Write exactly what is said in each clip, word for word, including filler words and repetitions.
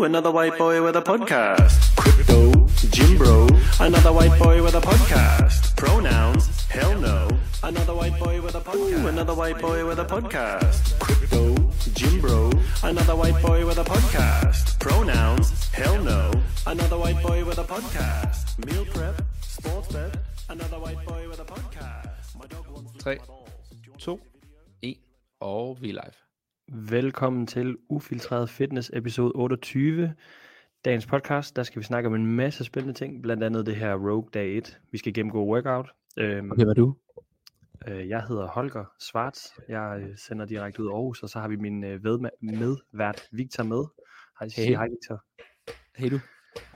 Ooh, another white boy with a podcast. Crypto, Jim Bro, another white boy with a podcast. Pronouns, hell no. Another white boy with a podcast. Ooh, another white boy with a podcast. Crypto, Jim Bro, another white boy with a podcast. Pronouns, hell no. Another white boy with a podcast. Meal prep, sports bet, another white boy with a podcast. My dog wants tre, to, en og vi er live. Velkommen til Ufiltreret Fitness episode otteogtyve. Dagens podcast, der skal vi snakke om en masse spændende ting, blandt andet det her Rogue dag et. Vi skal gennemgå workout. Øhm, Okay, hvad er du? øh, jeg hedder Holger Schwartz. Jeg øh, sender direkte ud af Aarhus, og så har vi min øh, vedma- medvært Victor med. Hej, Hey. hey. Hej Victor. Hey du.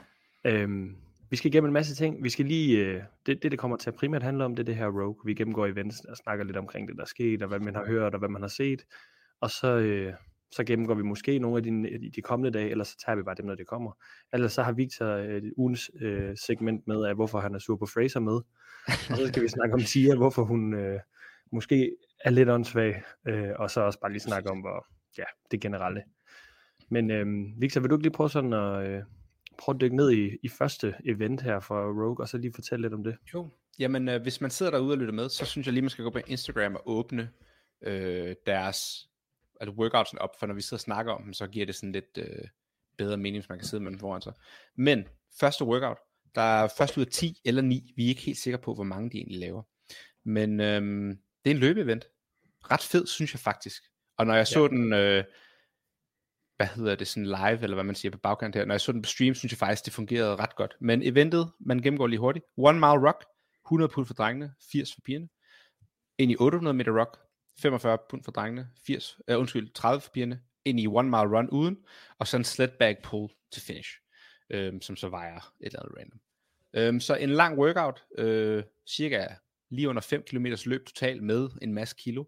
Øhm, vi skal igennem en masse ting. Vi skal lige, øh, det, det det kommer til at primært handle om, det er det her Rogue. Vi gennemgår events og snakker lidt omkring det, der er sket, og hvad man har hørt, og hvad man har set. Og så, øh, så gennemgår vi måske nogle af de, de kommende dage, eller så tager vi bare dem, når det kommer. Ellers så har Victor øh, ugens øh, segment med, af hvorfor han er sur på Fraser med. Og så skal vi snakke om Tia, hvorfor hun øh, måske er lidt åndssvag. Øh, og så også bare lige snakke om, hvor, ja, det generelle. Men øh, Victor, vil du ikke lige prøve sådan at, øh, prøve at dykke ned i, i første event her for Rogue, og så lige fortælle lidt om det? Jo, jamen øh, hvis man sidder derude og lytter med, så synes jeg lige, man skal gå på Instagram og åbne øh, deres altså workoutsen op, for når vi sidder og snakker om dem, så giver det sådan lidt øh, bedre mening, hvis man kan sidde med dem foran sig. Men første workout, der er først ud af ti eller ni, vi er ikke helt sikre på, hvor mange de egentlig laver. Men øh, det er en løbeevent. Ret fed, synes jeg faktisk. Og når jeg så ja. den, øh, hvad hedder det, sådan live, eller hvad man siger på bagkant her, når jeg så den på stream, synes jeg faktisk, det fungerede ret godt. Men eventet, man gennemgår lige hurtigt. One mile rock, hundrede pund for drengene, firs for pigerne. Ind i otte hundrede meter rock, femogfyrre pund for drengene, firs, uh, undskyld, tredive for pigerne, ind i one mile run uden, og så en sled bag pull til finish, øhm, som så vejer et eller andet random. Øhm, så en lang workout, øh, cirka lige under fem kilometers løb totalt med en masse kilo.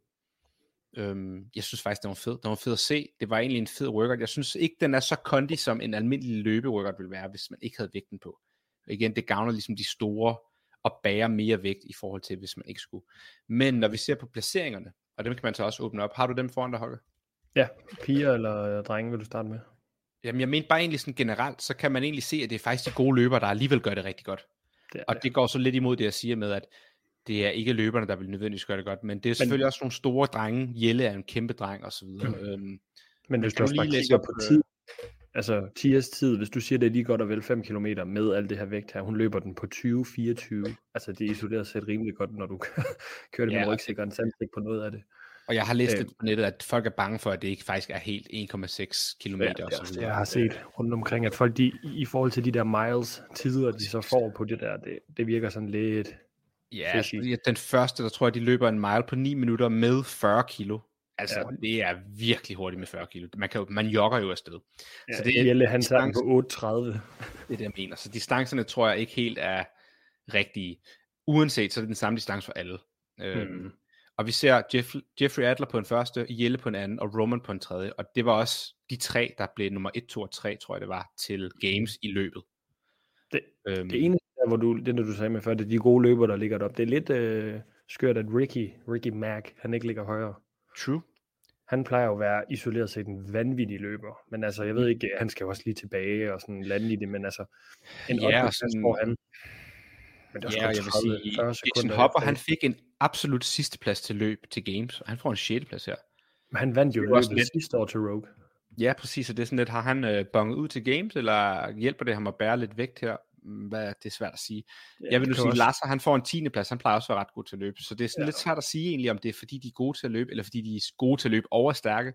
Øhm, jeg synes faktisk, det var fed. Det var fed at se. Det var egentlig en fed workout. Jeg synes ikke, den er så kondi, som en almindelig løbe-workout ville være, hvis man ikke havde vægten på. Og igen, det gavner ligesom de store og bærer mere vægt i forhold til, hvis man ikke skulle. Men når vi ser på placeringerne, og dem kan man så også åbne op. Har du dem foran dig, Holger? Ja, piger eller drenge vil du starte med? Jamen jeg mener bare egentlig sådan generelt, så kan man egentlig se, at det er faktisk de gode løbere, der alligevel gør det rigtig godt. Det og det. det går så lidt imod det, jeg siger med, at det er ikke løberne, der vil nødvendigvis gøre det godt, men det er selvfølgelig men, også nogle store drenge. Jelle er en kæmpe dreng og så videre. Mm. Øhm, men hvis du også bare kigger på tid, altså Tias tid, hvis du siger, det er lige godt og vel fem kilometer med alt det her vægt her, hun løber den på tyve fireogtyve. Altså det er isoleret set rimelig godt, når du kører det ja, med rygsækkeren sandsigt på noget af det. Og jeg har læst lidt på nettet, at folk er bange for, at det ikke faktisk er helt en komma seks kilometer. Ja, og så videre. Jeg har set rundt omkring, at folk de, i forhold til de der miles tider, de så får på det der, det, det virker sådan lidt ja, fishy. Den første, der tror jeg, de løber en mile på ni minutter med fyrre kilo. Altså, ja. Det er virkelig hurtigt med fyrre kilo. Man, kan jo, man jogger jo afsted. Ja, så det er Jelle, han tager på otte tredive. Det er det, jeg mener. Så distancerne tror jeg ikke helt er rigtige. Uanset, så er det den samme distance for alle. Hmm. Øhm, og vi ser Jeff, Jeffrey Adler på en første, Jelle på en anden, og Roman på en tredje. Og det var også de tre, der blev nummer et, to og tre, tror jeg det var, til games i løbet. Det, øhm, det ene, der, hvor du, det der du sagde med før, det er de gode løber, der ligger deroppe. Det er lidt øh, skørt, at Ricky, Ricky Mack, han ikke ligger højere. True. Han plejer jo at være isoleret set en vanvittig løber, men altså, jeg ved ikke, han skal jo også lige tilbage og sådan lande i det, men altså, en ja, og sådan, hvor han, men det ja, jeg vil sige, Jason Hopper, han fik en absolut sidste plads til løb til games, og han får en sjette plads her. Men han vandt jo løbet lidt sidste år til Rogue. Ja, præcis, og det er sådan lidt, har han øh, bonget ud til games, eller hjælper det ham at bære lidt vægt her? Hvad, det er svært at sige. Ja, jeg vil nu sige, også... Lasse, han får en tiende plads, han plejer også at være ret god til at løbe, så det er sådan ja. lidt svært at sige egentlig, om det er fordi, de er gode til at løbe, eller fordi de er gode til at løbe overstærke.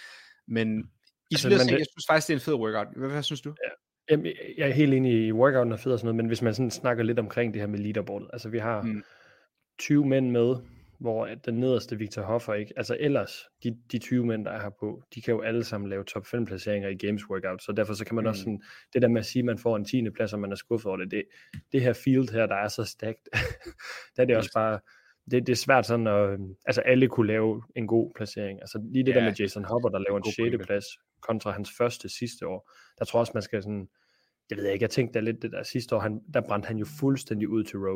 Men i altså, det... jeg synes faktisk, det er en fed workout. Hvad, hvad synes du? Ja. Jamen, jeg er helt enig i workouten er fed og sådan noget, men hvis man sådan snakker lidt omkring det her med leaderboardet, altså vi har mm. tyve mænd med, hvor den nederste Victor Hoffer ikke, altså ellers, de, de tyve mænd, der er her på, de kan jo alle sammen lave top fem placeringer i games workout, så derfor så kan man mm. også sådan, det der med at sige, at man får en tiende plads, og man er skuffet over det, det, det her field her, der er så stærkt, der er det også bare, det, det er svært sådan at, altså alle kunne lave en god placering, altså lige det ja. der med Jason Hopper, der laver en sjette plads, kontra hans første sidste år, der tror jeg også, man skal sådan, jeg ved ikke, jeg tænkte da lidt det der sidste år, han, der brændte han jo fuldstændig ud til Rogue.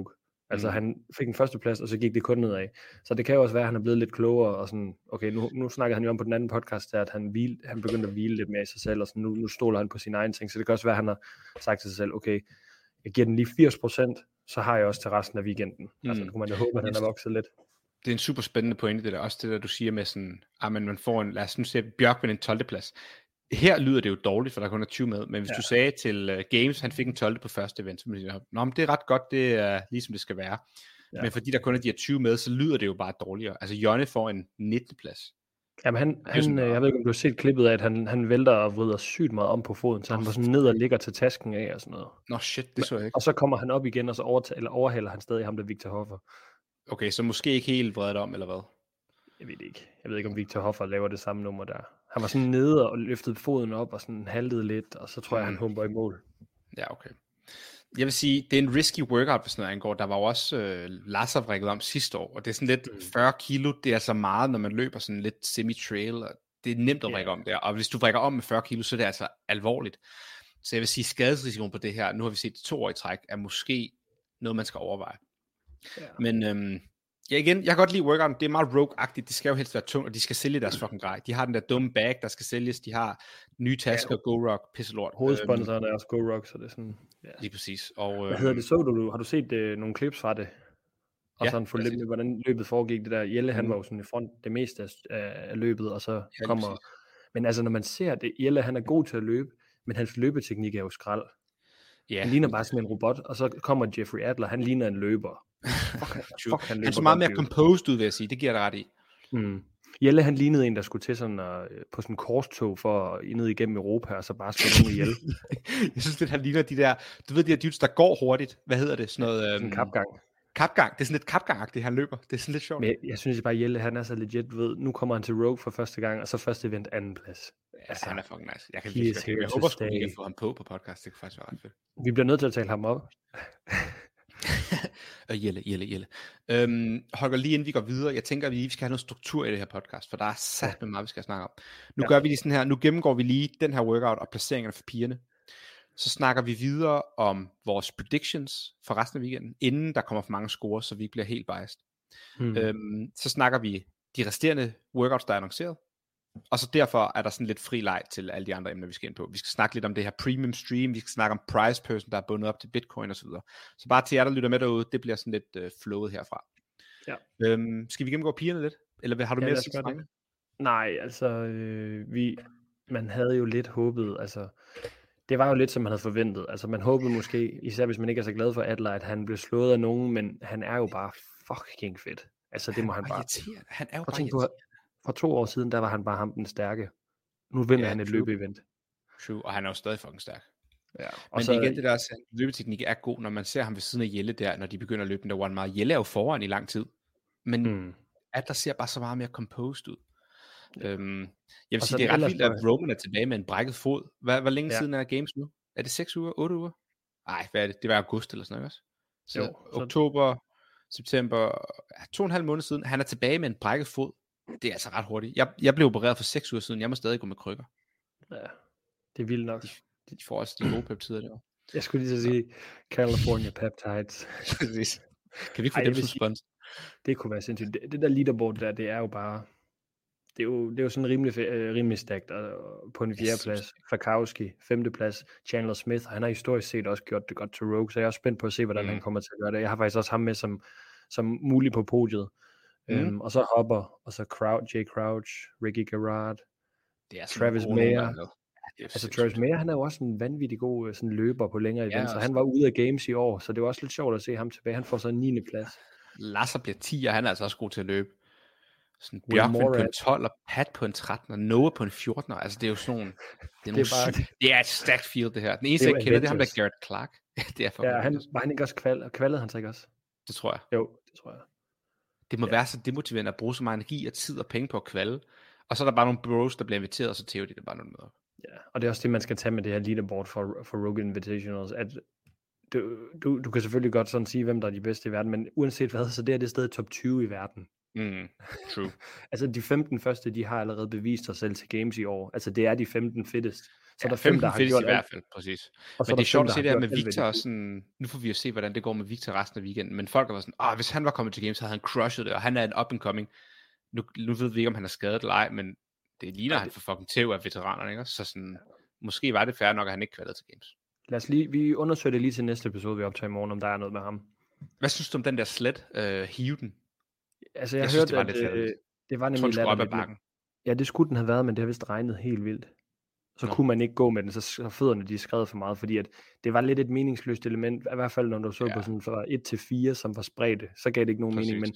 Altså Mm. han fik en førsteplads, og så gik det kun nedad. Så det kan jo også være, at han er blevet lidt klogere, og sådan, okay, nu, nu snakker han jo om på den anden podcast, der, at han, hvil, han begyndte at hvile lidt mere i sig selv, og sådan, nu, nu stoler han på sine egne ting, så det kan også være, at han har sagt til sig selv, okay, jeg giver den lige firs procent, så har jeg også til resten af weekenden. Mm. Altså, det kunne man da håbe, at han er vokset lidt. Det er en super spændende pointe, det der. Også det der, du siger med sådan, at man får en, lad os nu se, Bjørkman en tolvte plads. Her lyder det jo dårligt, for der kun er tyve med, men hvis ja. du sagde til uh, Games, han fik en tolvte på første event, så man siger, nå, men det er ret godt, det er ligesom det skal være. Ja. Men fordi der kun er de her tyve med, så lyder det jo bare dårligere. Altså, Jonne får en nittende plads. Jamen, han, han jeg ved ikke, om du har set klippet af, at han, han vælter og vrider sygt meget om på foden, så han var sådan ned og ligger til tasken af og sådan noget. Nå shit, det så jeg ikke. Og så kommer han op igen, og så overtager, eller overhælder han stadig ham, der Victor Hoffer. Okay, så måske ikke helt vredet om, eller hvad? Jeg ved ikke. Jeg ved ikke, om Victor Hoffer laver det samme nummer der. Han var sådan nede og løftede foden op og sådan haltede lidt, og så tror jeg, mm. han humper i mål. Ja, okay. Jeg vil sige, det er en risky workout, hvis noget angår. Der var jo også øh, Lasse vrikket om sidste år, og det er sådan lidt mm. fyrre kilo, det er altså meget, når man løber sådan lidt semi-trail, og det er nemt at vrikke yeah. om der. Og hvis du vrikker om med fyrre kilo, så er det altså alvorligt. Så jeg vil sige, skadesrisikoen på det her, nu har vi set to år i træk, er måske noget, man skal overveje. Yeah. Men øhm, ja, igen, jeg kan godt lide workouten. Det er meget rogue-agtigt. Det skal jo helst være tungt, og de skal sælge deres fucking grej. De har den der dumme bag, der skal sælges. De har nye tasker, ja. Go-Rock, pisselort. Hovedsponsoren er også Go-Rock, så det er sådan... Ja. Lige præcis. Og, Hvad hedder det? Så du, har du set øh, nogle clips fra det? Og ja, sådan forløbet, hvordan løbet foregik. Det der Jelle, han mm. var jo sådan i front det meste af, af løbet, og så ja, kommer... Præcis. Men altså, når man ser det, Jelle, han er god til at løbe, men hans løbeteknik er jo skrald. Ja. Han ligner bare sådan en robot, og så kommer Jeffrey Adler, han ligner en løber. Fuck, fuck, han, han er så meget mere composed ud, vil jeg sige. Det giver dig ret i. Mm. Jelle, han lignede en, der skulle til sådan uh, på sådan en korstog for ned igennem Europa, og så bare slå nogen ihjel. Jeg synes lidt, han ligner de der, du ved de der dudes, der går hurtigt. Hvad hedder det? Sådan noget... Sådan en kapgang. Kapgang. Det er sådan lidt kapgang-agtigt, han løber. Det er sådan lidt sjovt. Men jeg, jeg synes bare, Jelle, han er så legit, ved, nu kommer han til Rogue for første gang, og så første event anden plads. Altså, han er fucking nice. Jeg, kan lige, jeg, jeg håber sgu, vi kan få ham på på podcast. Det kan faktisk være ret fedt. Vi bliver nødt til at tale ham op. uh, Jelle, Jelle, Jelle. Øhm, Holger, lige inden vi går videre, jeg tænker, at vi skal have noget struktur i det her podcast, for der er sat med meget, vi skal snakke om. Nu ja. gør vi lige sådan her, nu gennemgår vi lige den her workout og placeringerne for pigerne. Så snakker vi videre om vores predictions for resten af weekenden, inden der kommer for mange scores, så vi ikke bliver helt biased. Hmm. Øhm, så snakker vi de resterende workouts, der er annonceret. Og så derfor er der sådan lidt fri leg til alle de andre emner, vi skal ind på. Vi skal snakke lidt om det her premium stream, vi skal snakke om price person, der er bundet op til Bitcoin osv. Så, så bare til jer, der lytter med derude, det bliver sådan lidt uh, flowet herfra. Ja. Øhm, skal vi gennemgå pigerne lidt? Eller har du ja, mere at sige det? Nej, altså, øh, vi, man havde jo lidt håbet, altså, det var jo lidt, som man havde forventet. Altså, man håbede måske, især hvis man ikke er så glad for Adler, at han blev slået af nogen, men han er jo bare fucking fedt. Altså, det han må han bare... Irriterende. Han er jo bare irriterende. For to år siden, der var han bare ham den stærke. Nu vinder ja, han et løbeevent. True, og han er jo stadig fucking stærk. Ja, og men så, igen, det der også, løbeteknik er god, når man ser ham ved siden af Jelle der, når de begynder at løbe den der one mile. Jelle er jo foran i lang tid, men mm. Adler ser bare så meget mere composed ud. Ja. Øhm, jeg vil og sige, det er ret vildt, at Roman er tilbage med en brækket fod. Hvor, hvor længe ja. siden er Games nu? Er det seks uger? otte uger? Nej, hvad er det? Det var august eller sådan noget også. Så jo, oktober, så... september, to og en halv måned siden, han er tilbage med en brækket fod. Det er altså ret hurtigt. Jeg, jeg blev opereret for seks uger siden. Jeg må stadig gå med krykker. Ja, det er vildt nok. De, de får også de gode peptider der. Jeg skulle lige så sige California Peptides. Kan vi ikke få Ej, dem som sponsor? Det kunne være sindssygt. Det, det der leaderboard der, det er jo bare... Det er jo, det er jo sådan rimelig, uh, rimelig stærkt. Uh, på en fjerde plads, Fakowski, femte plads, Chandler Smith. Han har historisk set også gjort det godt til Rogue, så jeg er også spændt på at se, hvordan mm. han kommer til at gøre det. Jeg har faktisk også ham med som, som mulig på podiet. Mm. Um, og så Hopper, og så Crouch, Jay Crouch, Ricky Garrard, det er Travis Mayer. Ja, altså Travis Mayer, han er jo også en vanvittig god sådan løber på længere events, ja, så han var ude af games i år, så det var også lidt sjovt at se ham tilbage. Han får så en niende plads. Lasser bliver ti, og han er altså også god til at løbe. Sådan Bjørkvind på en tolv, og Pat på en tretten, og Noah på en fjorten. Altså det er jo sådan, det er, det er, bare, det er et stacked field det her. Den eneste, jeg kender, det er ham der Garrett Clark. Det er ja, han, var han ikke også kval, kvalede han sig ikke også? Det tror jeg. Jo, det tror jeg. Det må ja. være så demotiverende at bruge så meget energi og tid og penge på at kvalde. Og så er der bare nogle bros, der bliver inviteret, og så tæver de det bare noget med op. Ja, og det er også det, man skal tage med det her leaderboard for, for Rogue Invitationals, at du, du, du kan selvfølgelig godt sådan sige, hvem der er de bedste i verden, men uanset hvad, så det er det sted top tyve i verden. Mm, true. Altså de femten første, de har allerede bevist sig selv til games i år. Altså det er de femten fittest. Så ja, der er fem, der har findes gjort i alt. hvert fald, præcis. Og så Men det er fem, sjovt at der se har det her gjort med alt, hvad de Victor, kunne. og sådan, nu får vi jo se, hvordan det går med Victor resten af weekenden, men folk har været sådan, ah, hvis han var kommet til games, så havde han crushet det, og han er en up and coming. Nu, nu ved vi ikke, om han er skadet eller ej, men det ligner, Ja, han det- for fucking tæv af veteranerne, ikke? Så sådan, måske var det fair nok, at han ikke kvalede til games. Lad os lige, vi undersøger det lige til næste episode, vi optager i morgen, om der er noget med ham. Hvad synes du om den der sled, øh, hive den? Altså, jeg, Jeg jeg synes, hørte, det var at lidt øh, latterligt. det var Jeg tror, nemlig den skulle op ad latterligt, men- bakken. Ja, det skulle den have været, men det har vist regnet helt vildt. Så Nå. kunne man ikke gå med den, så, så fødderne de er skrevet for meget, fordi at det var lidt et meningsløst element, i hvert fald når du så Ja. på sådan fra et til fire, som var spredte, så gav det ikke nogen Præcis. mening,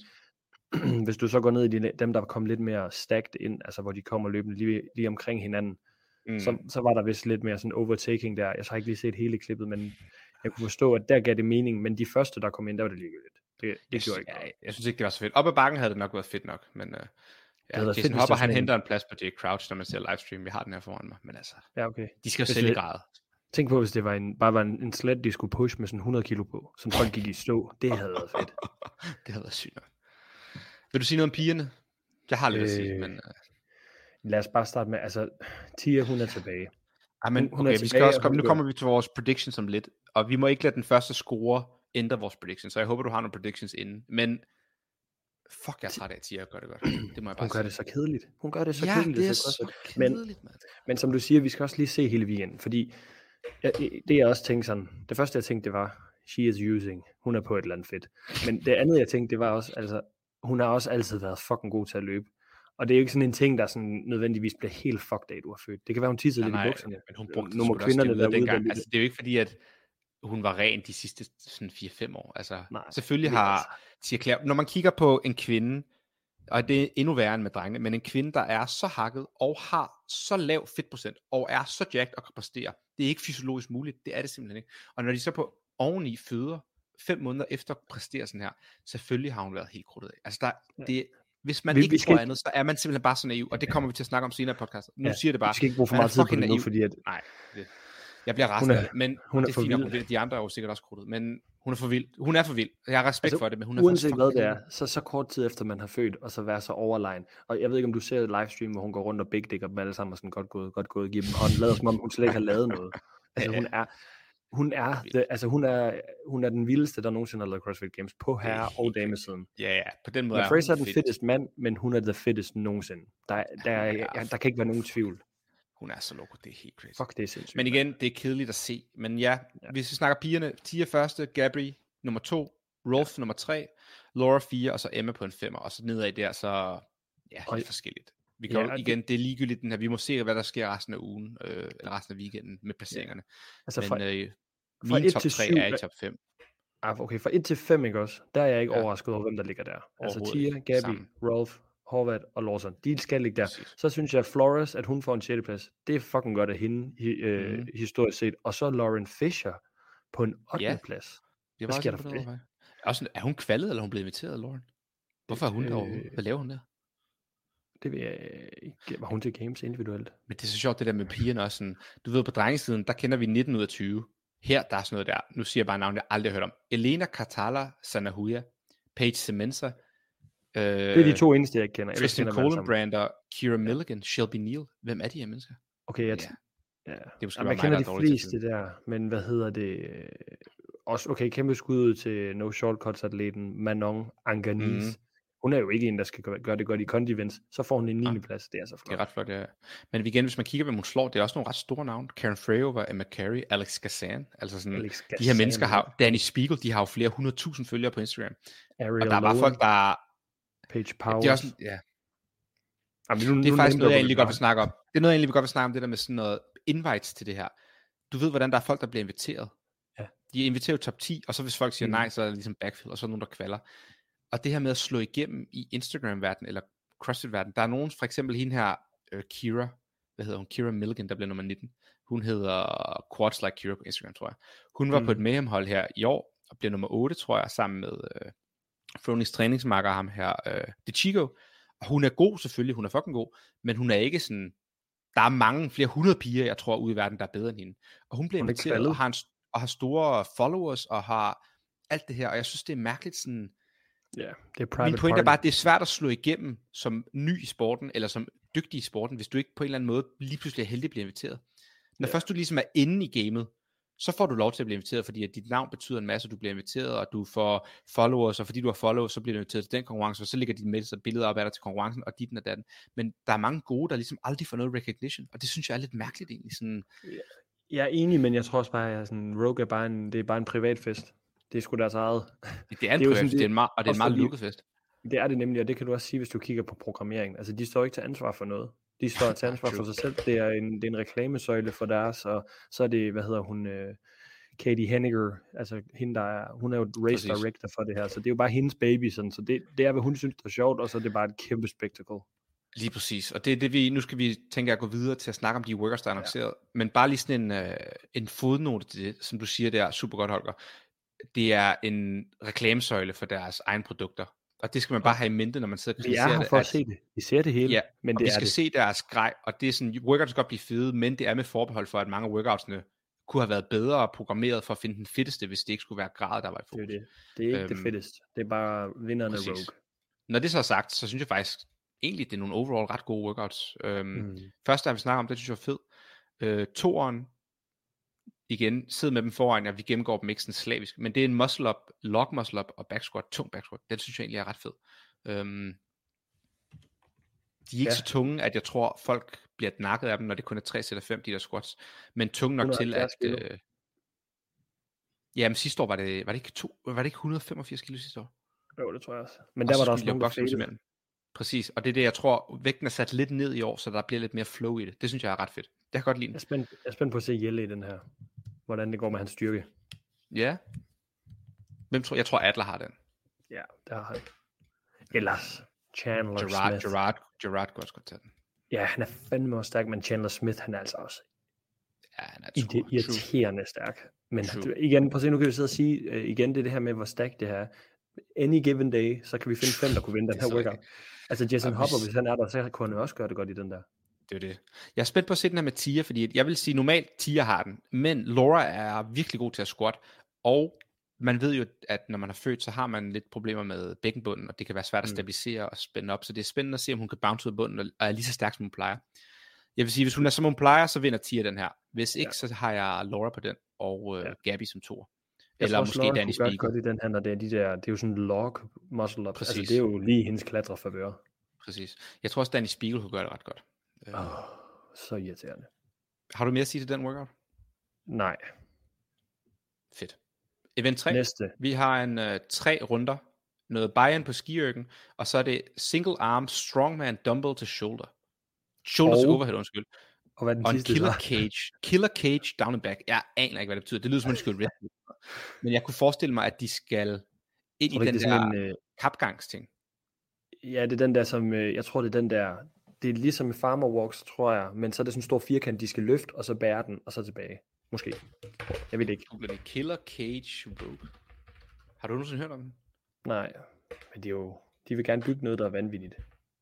men hvis du så går ned i de, dem, der kom lidt mere stacked ind, altså hvor de kommer løbende lige, lige omkring hinanden, Mm. så, så var der vist lidt mere sådan overtaking der. Jeg har ikke lige set hele klippet, men jeg kunne forstå, at der gav det mening, men de første, der kom ind, der var det ligegyldigt. Det, det jeg, gjorde ikke ja, noget. jeg synes ikke, det var så fedt. Op ad bakken havde det nok været fedt nok, men uh, ja, været fedt, Jason hvis Hopper, det han sådan- henter en plads på Jake Crouch, når man ser livestream. Jeg har den her foran mig, men altså, Ja, okay. de skal jo Hvis sælge det- grad. Tænk på, hvis det var en, bare var en, en sled, de skulle push med sådan hundrede kilo på, som folk gik i stå. Det havde været fedt. Det havde været sygt nok. Vil du sige noget om pigerne? Jeg har lidt øh... at sige, Øh, men... Uh, Lad os bare starte med, altså, Tia, hun er tilbage. ej, men hun- hun er okay, vi skal tilbage, også og komme, hun nu gør- kommer vi til vores predictions om lidt, og vi må ikke lade den første score ændre vores predictions, så jeg håber, du har nogle predictions inden. Men fuck, jeg er træt af, at Tia gør det godt. Det må jeg bare Hun gør sige. det så kedeligt. Hun gør det så Ja, kedeligt. det er så så godt. Men- kedeligt, mand. Men som du siger, vi skal også lige se hele weekenden, fordi jeg, det jeg også tænkte sådan, det første jeg tænkte, det var, she is using, hun er på et eller andet fedt. Men det andet jeg tænkte, det var også, altså, hun har også altid været fucking god til at løbe. Og det er jo ikke sådan en ting, der sådan nødvendigvis bliver helt fucked af, du har født. Det kan være, hun tissede Nej, lidt i nej, bukserne. men hun brugte Nu det må sgu da også kvinderne det derude, dengang. der lytter. Altså, det er jo ikke fordi, at hun var ren de sidste sådan fire fem år. Altså, Nej, selvfølgelig men har Tia Claire, når man kigger på en kvinde, og det er endnu værre end med drengene, men en kvinde, der er så hakket og har så lav fedtprocent, og er så jacked og kan præstere, det er ikke fysiologisk muligt. Det er det simpelthen ikke. Og når de så på oveni føder fem måneder efter præsterer sådan her, selvfølgelig har hun været helt krudtet af. Altså, der, det, hvis man Vi- vi, ikke vi tror skal- andet, så er man simpelthen bare så naiv, og det kommer vi til at snakke om senere i podcasten. Nu Ja, ja, siger jeg det bare. Vi skal ikke bruge for man er meget tid på fucking det nu, naiv. fordi at, Nej, det. Jeg bliver Hun rasende er- af det, men hun er det er for fint nok, vild. hun vil. De andre er jo sikkert også krudtet, men hun er for vild. Hun er for vild. Jeg har respekt Altså, for det, men hun er uanset for hvad fucking det vild. er, så så kort tid efter man har født, og så være så overlegen. Og jeg ved ikke, om du ser et livestream, hvor hun går rundt og big dicker dem alle sammen, og sådan godt gået, godt gået, giver dem hånd, lader som om hun slet ikke har lavet noget. Altså Ja, hun er, hun er, det, altså hun er, hun er den vildeste, der nogensinde har lavet CrossFit Games på Det er herre- og helt damesiden. Ja, ja, på den måde Men er Fraser er hun den fedt. fittest mand, men hun er the fittest nogensinde. Der, der, er, Ja. ja, der kan ikke være nogen tvivl. Hun er så loco, det er helt crazy. Fuck, det er sindssygt. Men igen, det er kedeligt at se. Men ja, ja. hvis vi snakker pigerne, Tia første, Gabri nummer to, Rolf ja. nummer tre, Laura fire, og så Emma på en femmer, og så nedad der, så ja, helt Og- forskelligt. Vi kan Ja, ja, og igen, det er ligegyldigt den her, vi må se, hvad der sker resten af ugen, øh, eller resten af weekenden med placeringerne. altså Men fra, øh, fra min et top til tre syv, er i der- top fem. ah, okay, fra et til fem, ikke også? Der er jeg ikke Ja. overrasket over, hvem der ligger der. Altså Overhovedet Tia, ikke. Gabi, Sammen. Rolf, Horvath og Lawson. De skal ligge der. Præcis. Så synes jeg, at Flores, at hun får en sjette plads, det er fucking godt af hende, hi, øh, Mhm. historisk set. Og så Lauren Fisher på en ottende Ja. plads. Det Hvad var sker også der på for den vej. Også, er hun kvalet, eller er hun blevet inviteret, Lauren? Hvorfor er hun Øh, der overhovedet? Hvad laver hun der? Det vil jeg ikke. Var hun til games individuelt? Men det er så sjovt, det der med pigerne også sådan, du ved, på drengesiden, der kender vi nitten ud af tyve. Her, der er sådan noget der, nu siger jeg bare navn, jeg aldrig har hørt om. Elena Cartala Sanahuya, Paige Semenza, øh, Det er de to eneste, jeg ikke kender. Ellers Tristan kender vi alle sammen. Colenbrander, Kira Milligan, Shelby Neal. Hvem er de her mennesker? Okay, jeg, Ja, ja. det er måske Jamen, bare jeg mig, kender der de er dårlig til fleste det. der, men hvad hedder det? øh, Også, okay, kæmpe skud ud til No Shortcuts-atleten Manon Anganis. Mhm. Mm-hmm. Hun er jo ikke en, der skal gøre gøre det godt i Condivents. Så får hun en niende plads. Det er så Det flot. er ret flot, ja. Men igen, hvis man kigger, hvem hun slår, det er også nogle ret store navne. Karen Frayover, Emma Carey, Alex Gazan. Altså sådan, Alex de her Gazan, mennesker har, Danny Spiegel, de har jo flere hundredtusind følgere på Instagram. Ariel Og der er bare Lowen, folk, der... Paige Powers. Det er, også, ja, Jamen, nu, det er nu faktisk nævnte noget, jeg du egentlig det godt bare. vil snakke om. Det er noget, jeg egentlig godt vil snakke om, det der med sådan noget invites til det her. Du ved, hvordan der er folk, der bliver inviteret. Ja. De er inviteret top ti, og så hvis folk siger Mm. nej, så er det ligesom backfill, og så er der nogen, der kvalder. Og det her med at slå igennem i Instagram-verdenen, eller CrossFit-verdenen, der er nogen, for eksempel hende her, uh, Kira, hvad hedder hun, Kira Milligan, der bliver nummer nitten. Hun hedder Quads Like Kira på Instagram, tror jeg. Hun var Mm. på et Mayhem-hold her i år, og bliver nummer otte, tror jeg, sammen med uh, Fronis træningsmarker, ham her, uh, De Chico. Og hun er god selvfølgelig, hun er fucking god, men hun er ikke sådan, der er mange, flere hundrede piger, jeg tror, ude i verden, der er bedre end hende. Og hun bliver Hun er inviteret, kvaldet. og har, en, og har store followers, og har alt det her, og jeg synes, det er mærkeligt sådan, Ja, det er private min pointe er party. bare, at det er svært at slå igennem som ny i sporten, eller som dygtig i sporten, hvis du ikke på en eller anden måde lige pludselig er heldig at blive inviteret. Når Ja. først du ligesom er inde i gamet, så får du lov til at blive inviteret, fordi at dit navn betyder en masse, du bliver inviteret, og du får followers, og fordi du har followers, så bliver du inviteret til den konkurrence, og så ligger dit mails og billeder op af dig til konkurrencen, og dit og datten. Men der er mange gode, der ligesom aldrig får noget recognition, og det synes jeg er lidt mærkeligt egentlig. Sådan... Jeg er enig, men jeg tror også bare, at sådan, Rogue er bare en, det er bare en privat fest. Det er sgu deres eget. Det er en Det er jo privat sådan, fest, det er en meget, og det er en også meget fordi- lukket fest. Det er det nemlig, og det kan du også sige, hvis du kigger på programmering. Altså, de står ikke til ansvar for noget. De står til ansvar for sig selv. Det er en, det er en reklamesøjle for deres, og så er det, hvad hedder hun, uh, Katie Henniger, altså hende, der er, hun er jo race Præcis. director for det her, så det er jo bare hendes baby, sådan, så det, det er, hvad hun synes, der er sjovt, og så er det bare et kæmpe spektakel. Lige præcis, og det er det vi, nu skal vi tænke at gå videre til at snakke om de workers, der er annonceret, ja. Men bare lige sådan en, uh, en fodnote til det, som du siger, det er super godt, Holger. Det er en reklamesøjle for deres egne produkter, og det skal man bare have i mente, når man sidder og Vi er kritiserer her det. for at at- se det. Vi ser det hele, Ja, men og det vi er skal det. se deres grej, og det er sådan, workouts skal godt blive fede, men det er med forbehold for, at mange af workoutsene kunne have været bedre programmeret for at finde den fedeste, hvis det ikke skulle være grad, der var i Det er fokus. jo det. Det er ikke øhm, det Øhm, fedeste. Det er bare vinderne præcis. Rogue. Når det så er sagt, så synes jeg faktisk, egentlig det er nogle overall ret gode workouts. Øhm, Mm. Første, der vi snakker om, det synes jeg er fed. Øh, toeren, igen, sid med dem foran, og vi gennemgår dem ikke sådan slavisk, men det er en muscle up, log muscle up og back squat, tung back squat. Den synes jeg egentlig er ret fed. Øhm, de er ikke Ja. så tunge, at jeg tror, folk bliver nakket af dem, når det kun er tre sæt af fem, de der squats, men tunge nok til, at... hundrede og halvfjerds Øh, jamen sidste år var det, var det ikke, to, var det ikke et hundrede og femogfirs kilo sidste år? Jo, det tror jeg også. Men Og der så var der skulle også de lave nogle, der boxing fadede. imellem. Præcis, og det er det, jeg tror, vægten er sat lidt ned i år, så der bliver lidt mere flow i det. Det synes jeg er ret fedt. Det kan jeg godt lide. Jeg er spændt, jeg er spændt på at se Jelle i den her. Hvordan det går med hans styrke. Ja. Hvem tror, jeg tror Adler har den. Ja, der har han. Ellers Chandler Gerard, Smith. Gerard, Gerard kan også godt tage den. Ja, han er fandme også stærk, men Chandler Smith, han er altså også Ja, han er i true, det true. irriterende stærk. Men True. du, igen, prøv at se, nu kan vi sidde og sige, uh, igen, det er det her med, hvor stærkt det her er. Any given day, så kan vi finde fem, der kunne vinde den Det er her så workout. Altså Jason Og Hopper, hvis- hvis han er der, så kunne han jo også gøre det godt i den der. Det er det. Jeg er spændt på at se den her med Tia, fordi jeg vil sige, normalt Tia har den, men Laura er virkelig god til at squat, og man ved jo, at når man er født, så har man lidt problemer med bækkenbunden, og det kan være svært at Mm. stabilisere og spænde op, så det er spændende at se, om hun kan bounce ud af bunden, og er lige så stærk, som hun plejer. Jeg vil sige, hvis hun er som hun plejer, så vinder Tia den her. Hvis ikke, Ja. så har jeg Laura på den, og øh, Ja. Gabby som toer. Jeg Eller tror også, måske Laura Danny kunne gøre det Spiegel. godt i den her, når det er de der, det er jo sådan log muscle up. Præcis. Altså det er jo lige hendes klatrefavør. Præcis. Jeg tror også, Danny Spiegel kunne gøre det ret godt. Øh, Åh, oh, så irriterende. Har du mere at sige til den workout? Nej, Fedt. Event tre. næste. Vi har en øh, tre runder. Noget buy-in på skiørken, og så er det single arm strongman dumbbell to shoulder. Shoulder til Og- overhead, undskyld. Og hvad er den Og en sidste killer så? cage. Killer cage down and back. Jeg aner ikke, hvad det betyder. Det lyder som en skød wrestling. Men jeg kunne forestille mig, at de skal ind i Tror du den ikke, det er der sådan en, øh, kapgangsting. ja, det er den der, som, øh, jeg tror det er den der, det er ligesom i farmer walks, tror jeg, men så er det sådan en stor firkant, de skal løfte, og så bære den, og så tilbage. Måske. Jeg ved det ikke. Googler det. Killer cage rope. Har du nogensinde hørt om den? Nej, men det er jo, de vil gerne bygge noget, der er vanvittigt.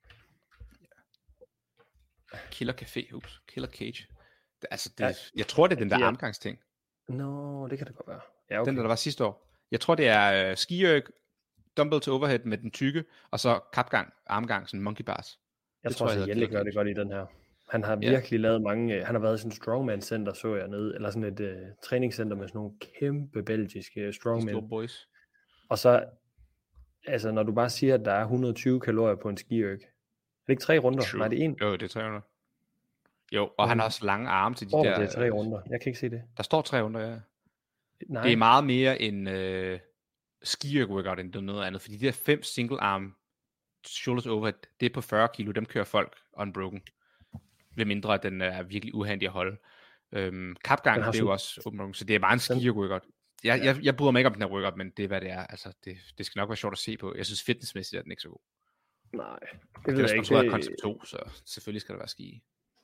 Killer café. Ups. Killer cage. Det, altså, det, Ja. jeg tror, det er den der Ja. armgangsting. Nå, det kan det godt være. Ja, Okay. okay. Den, der, der var sidste år. Jeg tror, det er øh, skiørk, dumbbell til overhead med den tykke, og så kapgang, armgang, sådan monkey bars. jeg det tror tror jeg også, at hedder Jelle killer gør det godt i den her. Han har Ja. virkelig lavet mange, øh, han har været i sådan et strongman center, så jeg nede, eller sådan et uh, træningscenter med sådan nogle kæmpe belgiske De strongmen. store boys. Og så, altså når du bare siger, at der er et hundrede og tyve kalorier på en skiørk, er det ikke tre runder? True. Nej, det er en. Jo, det er tre hundrede. Jo, og han har også lange arme til de Tror du, der... det er tre øh, runder? Jeg kan ikke se det. Der står tre runder, ja. Nej. Det er meget mere en øh, skiørk workout, end det er noget andet, fordi de der fem single arm shoulders overhead, det er på fyrre kilo, dem kører folk unbroken. Ved mindre, at den er virkelig uhandig at holde. Øhm, kapgang, Den har det er jo sådan- også unbroken, så det er bare en skiørk workout. Jeg, Ja. jeg, jeg bryder mig ikke om den her workout, men det er, hvad det er. Altså, det, det skal nok være sjovt at se på. Jeg synes fitnessmæssigt er den ikke så god. Nej, det Det ved er jeg ikke. sponsoreret af Det, Concept to, så selvfølgelig skal der være ski.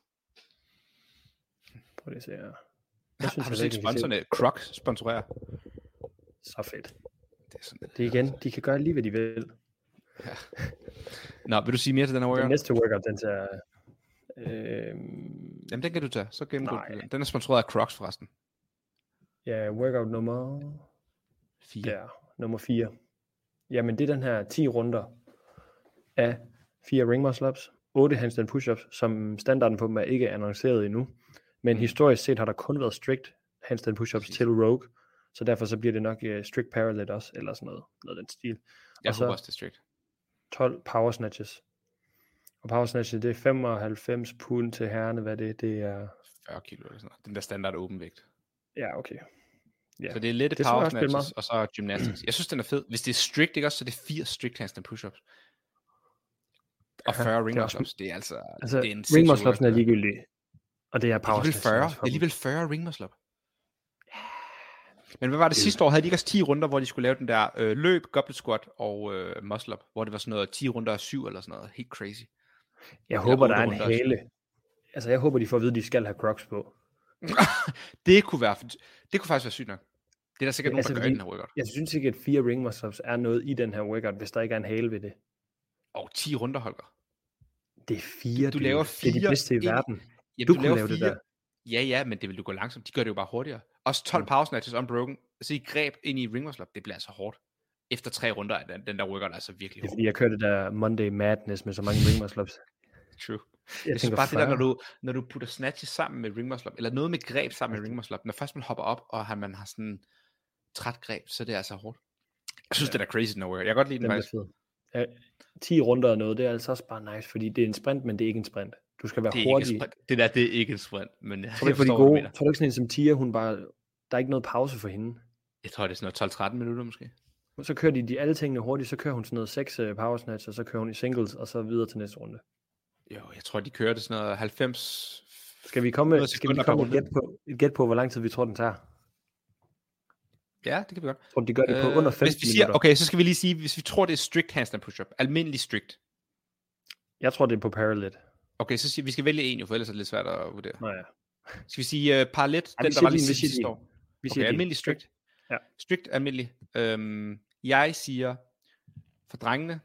prøv lige at se her. Har, Jeg synes, har du jeg set virkelig kan se sponsorerne? Croc sponsorerer. Så fedt. Det er sådan lidt. Det er igen, de kan gøre lige, hvad de vil. Nå, vil du sige mere til den her Den workout? næste workout, den tager... Øh, Jamen, den kan du tage. Så gennemgår Nej. du den. Den er sponsoreret af Crocs forresten. ja, workout nummer... Fire. Der, nummer fire. Jamen, det er den her ti runder af fire ring muscle ups, otte handstand push-ups, som standarden på dem er ikke annonceret endnu. Men Mm. historisk set har der kun været strict handstand push-ups Præcis. til rogue, så derfor så bliver det nok uh, strict parallel også, eller sådan noget, noget af den stil. Jeg Og håber så også, det er strict. tolv power snatches. Og power snatches, det er femoghalvfems pund til herrene, hvad det, det er. fyrre kilo eller sådan noget. Den der standard åben vægt. Ja, okay. Ja. Så det er lidt Det tror jeg power også bliver snatches, og så gymnastics. Jeg synes, den er fed. Hvis det er strict, ikke også, så det er firs strict handstand push-ups. Og Ja, fyrre det ring er muscle også- ups, det er altså... Altså, det er en ring muscle sindssyg ups'en er workout. ligegyldige. Og det er Det er power alligevel snatches. fyrre, også det for er alligevel fyrre ring muscle up. Men hvad var det sidste år? Havde de ikke også ti runder, hvor de skulle lave den der øh, løb, goblet squat og øh, muscle up, hvor det var sådan noget ti runder og syv eller sådan noget. Helt crazy. Jeg håber, otte der er en runder også. hale. Altså, jeg håber, de får at vide, at de skal have Crocs på. det kunne være, det kunne faktisk være sygt nok. Det er der sikkert nogen, Altså, der gør fordi- i den her workout. Jeg synes ikke, at fire ring muscle ups er noget i den her workout, hvis der ikke er en hale ved det. Og ti runder, Holger. Det er fire, Du laver Det er de fire bedste i ind i- verden. Jamen, Du du kunne laver lave det fire. der. Ja, ja, men det vil du gå langsomt. De gør det jo bare hurtigere. Også tolv Mm. power snatches unbroken. Så I greb ind i ring muscle up. Det bliver altså hårdt. Efter tre runder er den, den der workout altså virkelig Det er hård. fordi, jeg kørte det der Monday Madness med så mange ring muscle ups. True. Jeg, Jeg synes bare, det der, når du, når du putter snatches sammen med ring muscle up, eller noget med greb sammen med ring muscle up, når først man hopper op, og har, man har sådan træt greb, så er det altså hårdt. Jeg synes, ja. det er crazy no Jeg kan godt lide den Den er faktisk. fed. Ja, ti runder og noget, det er altså også bare nice, fordi det er en sprint, men det er ikke en sprint. Du skal være Det er ikke hurtig. en sprint. Det der, det er ikke en sprint, men jeg, Tror du jeg ikke, for de forstår, hvad du gode, mener. tror du ikke sådan en som Tia, hun bare, der er ikke noget pause for hende. Jeg tror, det er sådan noget tolv tretten minutter måske. Så kører de, de alle tingene hurtigt, så kører hun sådan noget seks uh, power snatch, og så kører hun i singles, og så videre til næste runde. Jo, jeg tror, de kører det sådan noget halvfems... Skal vi komme, hundrede skal vi sekunder per komme et runde. gæt på, et gæt på, hvor lang tid vi tror, den tager? Ja, det kan vi godt. Jeg tror, de gør det på Øh, under hvis femten vi siger, minutter. okay, så skal vi lige sige, hvis vi tror, det er strict handstand push-up, almindelig strict. Jeg tror, det er på parallel. Okay, så siger vi skal vælge en, jo, for ellers er det lidt svært at vurdere. Nå ja. Skal vi sige uh, parallel, Ej, den vi der siger var din, lige vi sidste siger sidste din. år? Vi Okay, siger almindelig strict. Ja. Strict, almindelig. Øhm, jeg siger for drengene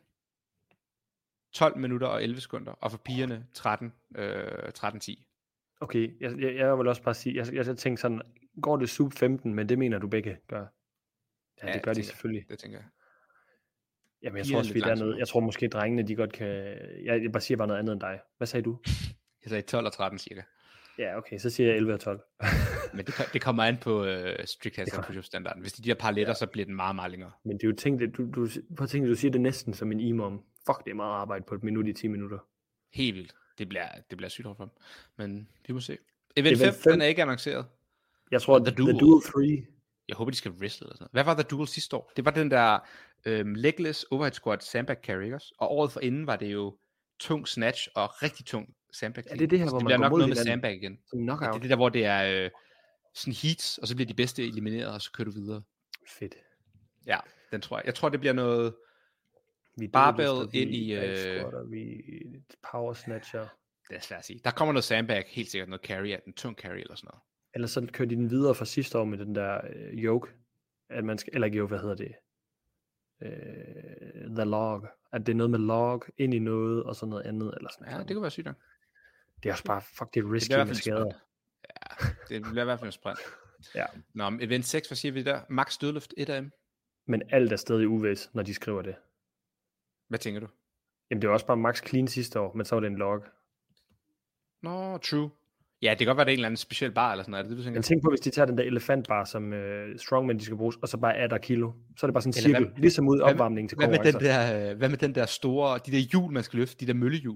tolv minutter og elleve sekunder, og for pigerne tretten, øh, tretten ti. Okay, jeg, jeg, jeg vil også bare sige, jeg, jeg, jeg tænkte sådan, går det sub femten, men det mener du begge gør? Ja, Ja, det gør det de tænker jeg. selvfølgelig. Det tænker jeg. Jamen, jeg Pigerne tror er også, vi lidt er dernede. langsommere. Jeg tror måske, drengene, de godt kan... Jeg, jeg bare siger bare noget andet end dig. Hvad sagde du? Jeg sagde tolv og tretten cirka. Ja, okay, så siger jeg elleve og tolv. Men det, det kommer an på øh, strict handstand kommer- push-up standarden. Hvis det er de der paralletter, ja. så bliver den meget, meget længere. Men det er jo tænkt, at du, du, prøv at tænke, du siger det næsten som en imam. Fuck, det er meget arbejde på et minut i ti minutter. Helt vildt. Det bliver, det bliver sygt hårdt for dem. Men vi må se. Event Event fem, fem. den er ikke annonceret. Jeg tror, The The Duel. Duel, The Duel tre, Jeg håber, de skal wrestle eller sådan noget. Hvad var The Duel sidste år? Det var den der øhm, legless overhead squat sandbag carry, ikke også? Og året for inden var det jo tung snatch og rigtig tung sandbag. Ja, det er det her, Så hvor det man bliver går nok mod noget med hinanden. sandbag igen. som Ja, det knockout. er det der, hvor det er øh, sådan heats, og så bliver de bedste elimineret, og så kører du videre. Fedt. Ja, den tror jeg. Jeg tror, det bliver noget... Vi Barbell deadlifter, ind vi i, øh, backsquatter, vi power snatcher. Det er svært at sige. Der kommer noget sandbag, helt sikkert noget carry, en tung carry eller sådan noget. Ellers så kører de den videre fra sidste år med den der øh, yoke. At man skal, eller ikke yoke, hvad hedder det? Øh, the log. At det er noget med log ind i noget, og så noget andet. Eller sådan Ja, noget. det kunne være sygt nok. Det er også bare, fuck, det er risky bliver i hvert med fald en skader. sprint. Ja, det bliver i hvert fald en sprint. Ja. Nå, men event seks, hvad siger vi der? Max dødløft, et af dem. Men alt er stadig uvis, når de skriver det. Hvad tænker du? Jamen det var også bare max clean sidste år, men så var det en log. Nå, true. Ja, det kan godt være, det er en eller anden speciel bar eller sådan noget. Er det det, du tænker? Men tænk på, hvis de tager den der elefantbar, som øh, strongman de skal bruge, og så bare adder kilo. Så er det bare sådan en Eller cirkel, hvad- ligesom ud i hvad- opvarmningen til Hvad med, konkurrencer. den der, øh, hvad med den der store, de der hjul, man skal løfte, de der møllehjul?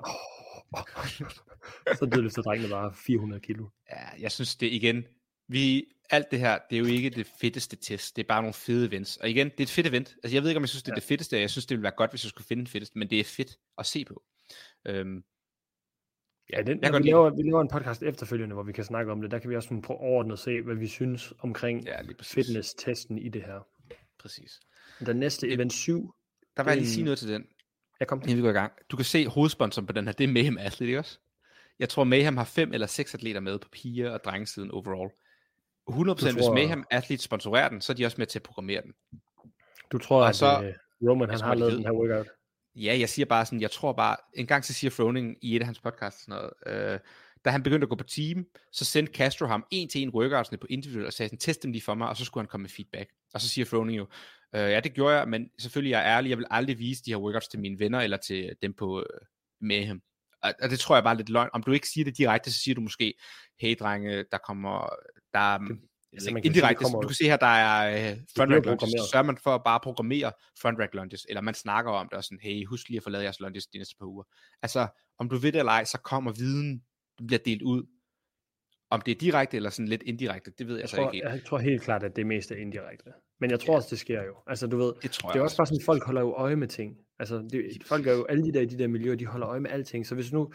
Så dødløfter drengene bare fire hundrede kilo. Ja, jeg synes det igen, vi, alt det her, det er jo ikke det fedeste test, det er bare nogle fede events. Og igen, det er et fedt event. Altså jeg ved ikke, om jeg synes, det er Ja. det fedeste, jeg synes, det ville være godt, hvis jeg skulle finde den fedeste, men det er fedt at se på. Øhm, Ja, den, jeg når kan godt vi, lide laver, vi laver en podcast efterfølgende, hvor vi kan snakke om det. Der kan vi også sådan prøve overordnet at se, hvad vi synes omkring Ja, lige præcis. fitness-testen i det her. Præcis. Den næste event syv, Der vil jeg lige Det er sige en- noget til den, jeg kom inden vi går i gang. Du kan se hovedsponsoren på den her, det er Mayhem Athlete, ikke også? Jeg tror, Mayhem har fem eller seks atleter med på piger- og drengesiden overall. hundrede procent, Du tror- hvis Mayhem Athlete sponsorerer den, så er de også med til at programmere den. Du tror, Og at så- øh, Roman han tror, har de lavet ved- den her workout? Ja, jeg siger bare sådan, jeg tror bare, en gang så siger Froning i et af hans podcasts sådan noget, øh, da han begyndte at gå på team, så sendte Castro ham en til en workoutsene på individuelt, og sagde sådan, test dem lige for mig, og så skulle han komme med feedback. Og så siger Froning jo, øh, ja, det gjorde jeg, men selvfølgelig jeg er ærlig, jeg vil aldrig vise de her workouts til mine venner, eller til dem på øh, Mayhem. Og, og det tror jeg bare er lidt løgn. Om du ikke siger det direkte, så siger du måske, hey drenge, der kommer, der er, Det, altså, man ikke kan sige, det indirekte, kommer- du kan se her, der er uh, front rack lunges, programmeret. så sørger man for at bare programmere front rack lunges, eller man snakker om det, og sådan, hey, husk lige at få lavet jeres lunges de næste par uger. Altså, om du ved det eller ej, så kommer viden, den bliver delt ud. Om det er direkte eller sådan lidt indirekte, det ved jeg, Jeg så tror, ikke helt. jeg tror helt klart, at det mest er indirekte. Men jeg tror Ja. også, det sker jo. Altså, du ved, Det tror det er jeg også bare sådan, folk holder jo øje med ting. Altså, det, folk er jo, alle de der i de der miljøer, de holder øje med alting. Så hvis nu,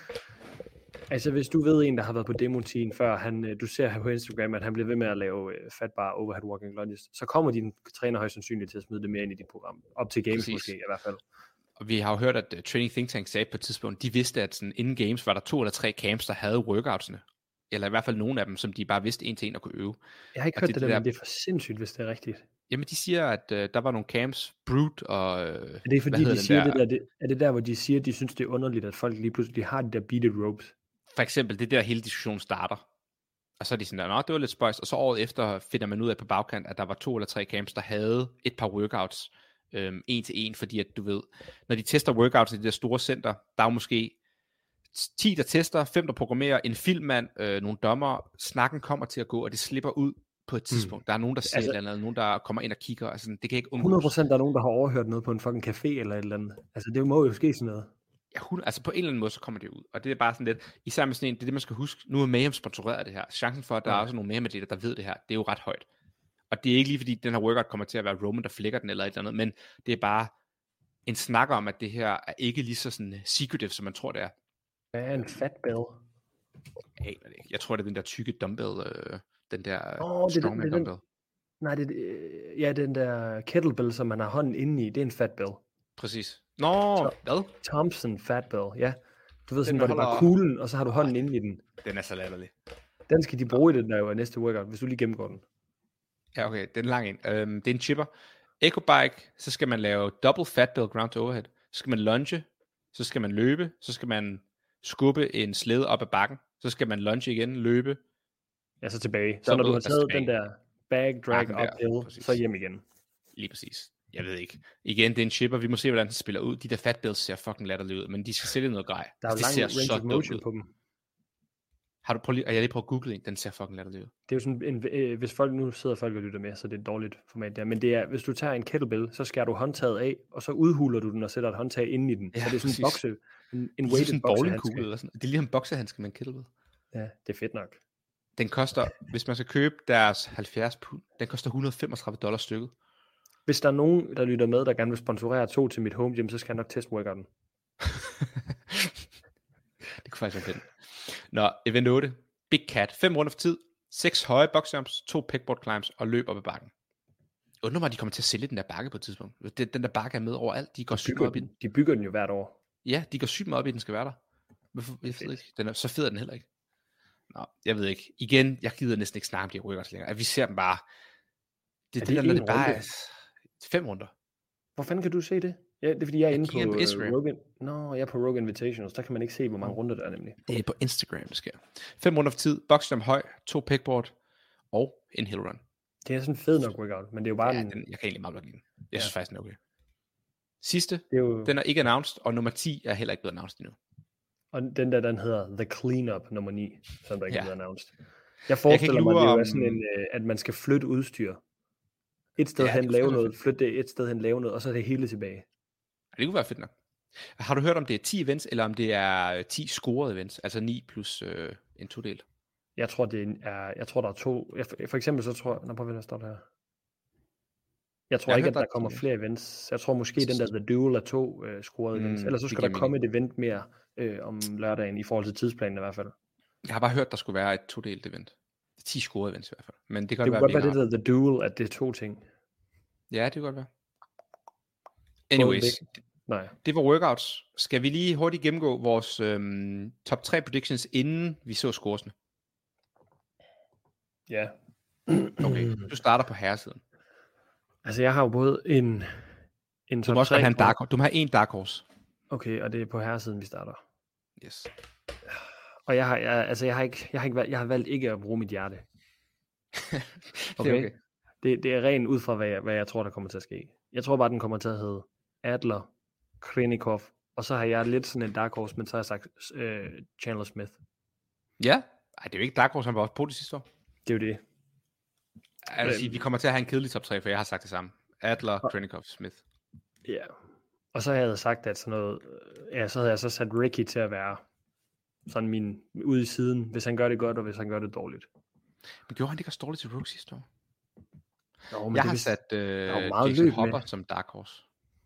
altså hvis du ved en, der har været på demo-team før, han, øh, du ser her på Instagram, at han bliver ved med at lave uh, fat bar overhead walking lunges, så kommer din træner højst sandsynligt til at smide det mere ind i dit program. Op til games Præcis. måske i hvert fald. Og vi har jo hørt, at uh, Training Think Tank sagde på et tidspunkt, de vidste, at sådan, inden games var der to eller tre camps, der havde workoutsene. Eller i hvert fald nogle af dem, som de bare vidste en til en at kunne øve. Jeg har ikke Og hørt det det, er det der, det men det er for sindssygt, hvis det er rigtigt. Jamen, de siger, at uh, der var nogle camps, Brute og... Uh, Er det fordi, de siger der? det der, det, er det der, hvor de siger, at de synes, det er underligt, at folk lige pludselig har de der beaded ropes? For eksempel, det er der hele diskussionen starter. Og så er de sådan der, nå, det var lidt spøjst. Og så året efter finder man ud af på bagkant, at der var to eller tre camps, der havde et par workouts øhm, en til en, fordi at du ved, når de tester workouts i det der store center, der er jo måske ti, der tester, fem, der programmerer, en filmmand, øh, nogle dommer, snakken kommer til at gå, og det slipper ud på et tidspunkt. Mm. Der er nogen, der ser altså, et eller andet, nogen, der kommer ind og kigger, altså, det kan ikke undgås. hundrede procent der er nogen, der har overhørt noget på en fucking café eller et eller andet. Altså, det må jo ske sådan noget. Ja, hun, altså på en eller anden måde, så kommer det ud. Og det er bare sådan lidt, især med sådan en, det er det, man skal huske, nu er Mayhem sponsoreret det her. Chancen for, at der ja. er også nogle Mayhem-atleter, der ved det her, det er jo ret højt. Og det er ikke lige fordi, den her workout kommer til at være Roman, der flækker den eller et eller andet, men det er bare en snak om, at det her er ikke lige så sådan secretive, som man tror, det er. Hvad er en fat bell? Jeg aner det ikke. Jeg tror, det er den der tykke dumbbell, øh, den der Åh, det er den- strongman det er den- dumbbell. Nej, det, øh, ja, den der kettlebell, som man har hånden inde i, det er en fat bell. Præcis. Nå, Så- hvad? Thompson fat bell, ja. Du ved sådan, Den, hvor der det bare holder- kuglen, og så har du hånden inde i den. Den er så latterlig. Den skal de bruge i den der næste workout, hvis du lige gennemgår den. Ja, okay, den er lang en. Øhm, det er en chipper. Echo bike, så skal man lave double fat bell ground to overhead. Så skal man lunge, så skal man løbe, så skal man skubbe en slæde op ad bakken, så skal man lunge igen, løbe. Ja, så tilbage. Så når Double, du har altså taget tilbage. den der bag, drag, Bakken der, uphill, præcis. så hjem igen. Lige præcis. Jeg ved ikke. Igen, det er en chipper. Vi må se, hvordan den spiller ud. De der fat bells ser fucking latterlige ud, men de skal sælge noget grej. Der er jo det lang ser range så of dumt motion ud. på dem. Har du prøvet lige, og jeg lige prøvet at google en, den ser fucking latterlig ud. Det er jo sådan, en, øh, hvis folk nu sidder folk og lytter med, så det er et dårligt format der. Men det er, hvis du tager en kettlebell, så skærer du håndtaget af, og så udhuler du den og sætter et håndtag ind i den. Ja, så det er sådan en præcis. bokse, en, en Det er weighted sådan en bowlingkugle boksehandske. eller sådan. Det er lige en boksehandske med en kettlebell. Ja, det er fedt nok. Den koster, hvis man skal købe deres halvfjerds pund, den koster et hundrede og femogtredive dollar stykket. Hvis der er nogen, der lytter med, der gerne vil sponsorere to til mit home gym, så skal jeg nok teste workouten. Det kunne faktisk være fedt. Nå, event otte. Big Cat. fem runder for tid. seks høje boxjumps, to pegboard climbs og løb op ad bakken. Jeg undrer mig, at de kommer til at sælge den der bakke på et tidspunkt. Den, den der bakke er med overalt. De går sygt Bygger op i den. den, de bygger den jo hvert år. Ja, de går sygt meget op i, at den skal være der. Hvorfor? Jeg ved ikke. Den er, så fed er den heller ikke. Nå, jeg ved ikke. Igen, jeg gider næsten ikke snakke om de her workouts længere. At vi ser dem bare. Det Er er det, det der, når en det bare runde? er fem runder. Hvor fanden kan du se det? Ja, det er fordi, jeg er Jeg inde kigger på, ind på på Instagram. Rogan. Nå, jeg er på Rogan Invitationals. Der kan man ikke se, hvor mange runder der er nemlig. Det er på Instagram, det sker. Fem runder for tid. Boxjump høj, to pegboard og en hill run. Det er sådan fed nok workout, men det er jo bare Ja, en, den, jeg kan egentlig meget godt lide den. Jeg Ja. synes faktisk, den er okay. Sidste, det er jo, den er ikke announced, og nummer ti er heller ikke blevet announced endnu. og den der, den hedder The Cleanup nummer ni, som der ikke Ja. er blevet announced. Jeg forestiller mig, lure det jo om- er sådan en, øh, at man skal flytte udstyr. Et sted Ja, hen det lave kunne noget, flytte det et sted hen lave noget, og så er det hele tilbage. Det kunne være fedt nok. Har du hørt, om det er ti events, eller om det er ti scorede events? Altså ni plus øh, en todel. Jeg tror, det er, jeg tror, der er to. Jeg, for eksempel så tror jeg, nå, prøv at hvad står der her. Jeg tror Jeg har ikke, hørt, at der der er kommer ti flere events. Jeg tror måske, den der The Duel er to øh, scorede Mm, events. Ellers så det skal der giver komme et event mere øh, om lørdagen, i forhold til tidsplanen i hvert fald. Jeg har bare hørt, der skulle være et todelt event. ti scorede events i hvert fald. Men det kan Det godt kunne være, godt være at vi det ikke der The Duel, at det er to ting. har- Ja, det kan godt være. Anyways, begge. Nej. det var workouts. Skal vi lige hurtigt gennemgå vores øhm, top tre predictions, inden vi så scoresene? Ja. Okay, du starter på herresiden. Altså, jeg har jo både en, en Du top må også tre godt have en på- dark horse. Du må have en dark horse. Okay, og det er på herresiden, vi starter. Yes. Og jeg har, jeg, altså, jeg har ikke, jeg har ikke valgt, jeg har valgt ikke at bruge mit hjerte. Det er Okay. okay. Det, det er rent ud fra, hvad jeg, hvad jeg tror, der kommer til at ske. Jeg tror bare, den kommer til at hedde Adler, Krinikov Og så har jeg lidt sådan en dark horse, men så har jeg sagt øh, Chandler Smith. Ja, ej, det er jo ikke dark horse, han var også på det sidste år. Det er jo det. Jeg vil sige, vi kommer til at have en kedelig top tre, for jeg har sagt det samme. Adler, Krennikov, Smith. Ja. Og så havde jeg sagt, at sådan noget, ja, så havde jeg så sat Ricky til at være sådan min ude i siden, hvis han gør det godt, og hvis han gør det dårligt. Men gjorde han ikke også dårligt til Rogue sidste år? Nå, men jeg det har vist, sat øh, meget Jason løb Hopper med. som dark horse.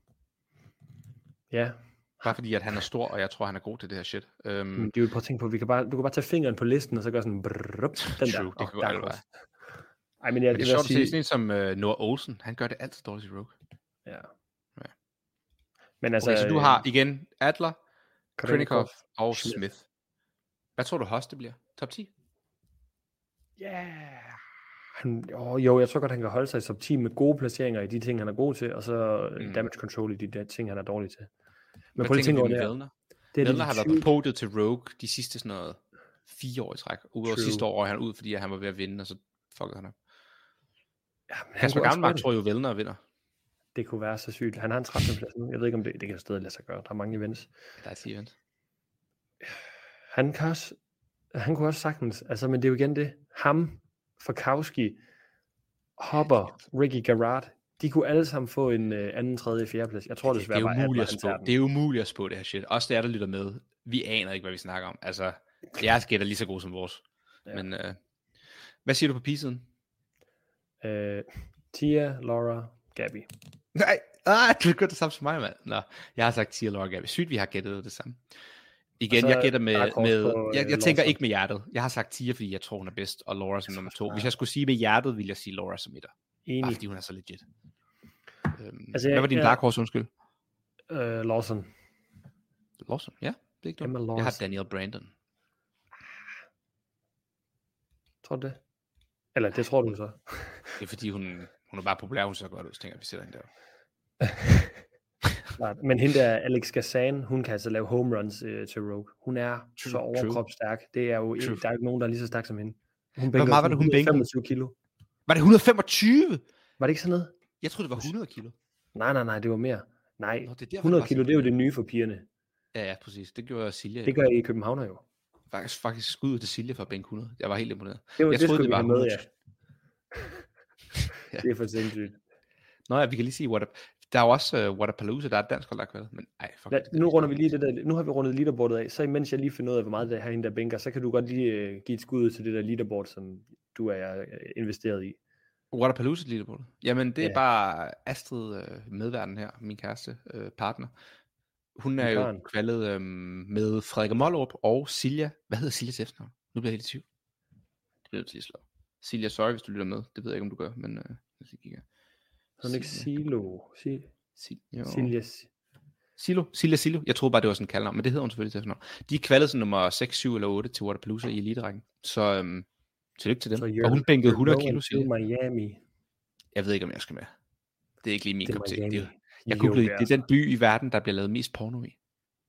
Ja. Bare fordi, at han er stor, og jeg tror, han er god til det her shit. Um, Men det er jo prøv at tænke på, vi kan bare, du kan bare tage fingeren på listen, og så gøre sådan, brrrr, den True, der. det Oh, kan gå alle veje. Ej, men jeg, men det er sjovt at se sådan en som uh, Noah Olsen. Han gør det altid dårligt til Rogue. Ja. ja. Men altså, okay, så du har igen Adler, Krennikov og Smith. Smith. Hvad tror du, Hoss det bliver? Top ti? Ja. Yeah. Han, oh, jo, jeg tror godt, han kan holde sig i top ti med gode placeringer i de ting, han er god til, og så mm. damage control i de der ting, han er dårlig til. Men hvad tænker du med der, Vellner? det er Vellner det, har været på podiet til Rogue de sidste sådan noget fire år i træk. Udover sidste år røg han ud, fordi han var ved at vinde, og så fuckede han op. Ja, Kasper Gammelmark tror jo, Vellner vinder. Det kunne være så sygt. Han har en trettende plads nu. Jeg ved ikke, om det, det kan stadig lade sig gøre. Der er mange events. Der er ti events. Han kan også, han kunne også sagtens, altså, men det er jo igen det, ham, Fakowski, Hopper, Ricky Garrard, de kunne alle sammen få en uh, anden, tredje, fjerde plads. Jeg tror det, det, det er umuligt at spå. Det er umuligt at spå det her shit. Også der, der lytter med. Vi aner ikke, hvad vi snakker om. Altså, jeres gæt er lige så god som vores. Ja. Men uh, hvad siger du på P-siden? Uh, Tia, Laura, Gabby. Nej, ah, du har gjort det samme som mig, mand. Nå, jeg har sagt Tia, Laura, Gabby. Sygt, vi har gættet det samme. Igen, så, jeg gætter med, med på, jeg, jeg tænker ikke med hjertet. Jeg har sagt Tia, fordi jeg tror, hun er bedst, og Laura som nummer to. Hvis jeg skulle sige med hjertet, ville jeg sige Laura som etter. Bare fordi hun er så legit. Øhm, altså, hvad var din jeg, dark horse, undskyld? Uh, Lawson. Lawson, ja. Det er ikke dumt. Jeg har Danielle Brandon. Tror du det? Eller det tror du så? Det er fordi, hun, hun er bare populær, hun så godt ud, så tænker vi sætter hende der. Men hende der, Alex Gazan, hun kan altså lave home runs øh, til Rogue. Hun er true, så overkropstærk. Det er jo en, der er ikke nogen, der er lige så stærk som hende. Hun Hvor meget var det, hun bænkede? femogtyve kilo. Var det et hundrede og femogtyve? Var det ikke sådan noget? Jeg troede, det var hundrede kilo. Nej, nej, nej, det var mere. Nej, Nå, det er hundrede kilo, det er jo det nye for pigerne. Ja, ja, præcis. Det gjorde Silja. Det gør jeg i København jo. Faktisk, faktisk skud til Silja for at bænke hundrede. Jeg var helt imponeret. Det var, jeg det troede, det var med, ja. ja. Det er for sindssygt. Nå ja, vi kan lige sige, what up. Der er jo også uh, Waterpalooza, der er et dansk hold, der har Men ej, fuck La, det, nu runder vi lige det der, nu har vi rundet leaderboardet af, så imens jeg lige finder ud af, hvor meget der herinde der bænker, så kan du godt lige uh, give et skud til det der leaderboard, som du er uh, investeret i. Waterpalooza leaderboard? Jamen, det er ja. bare Astrid, uh, medverden her, min kæreste, uh, partner. Hun er jo kvalet um, med Frederik Mollerup og Silja. Hvad hedder Siljas efternavn? Nu bliver jeg helt i tvivl. Det bliver til at slå. Silja, sorry, hvis du lytter med. Det ved jeg ikke, om du gør, men uh, lad os kigge her. Så er ikke Silo. Si- si- Silja. Silo. Silja Silo. Jeg troede bare, det var sådan en kaldnavn, men det hedder hun selvfølgelig til efternavn. De er kvalet som nummer seks, syv eller otte til Waterpalooza i eliterækken. Så um, tillykke til dem. Og hun bænkede hundrede kilo. Miami. Jeg ved ikke, om jeg skal med. Det er ikke lige min kop til. Det er, jeg googlede, det er den by i verden, der bliver lavet mest porno i.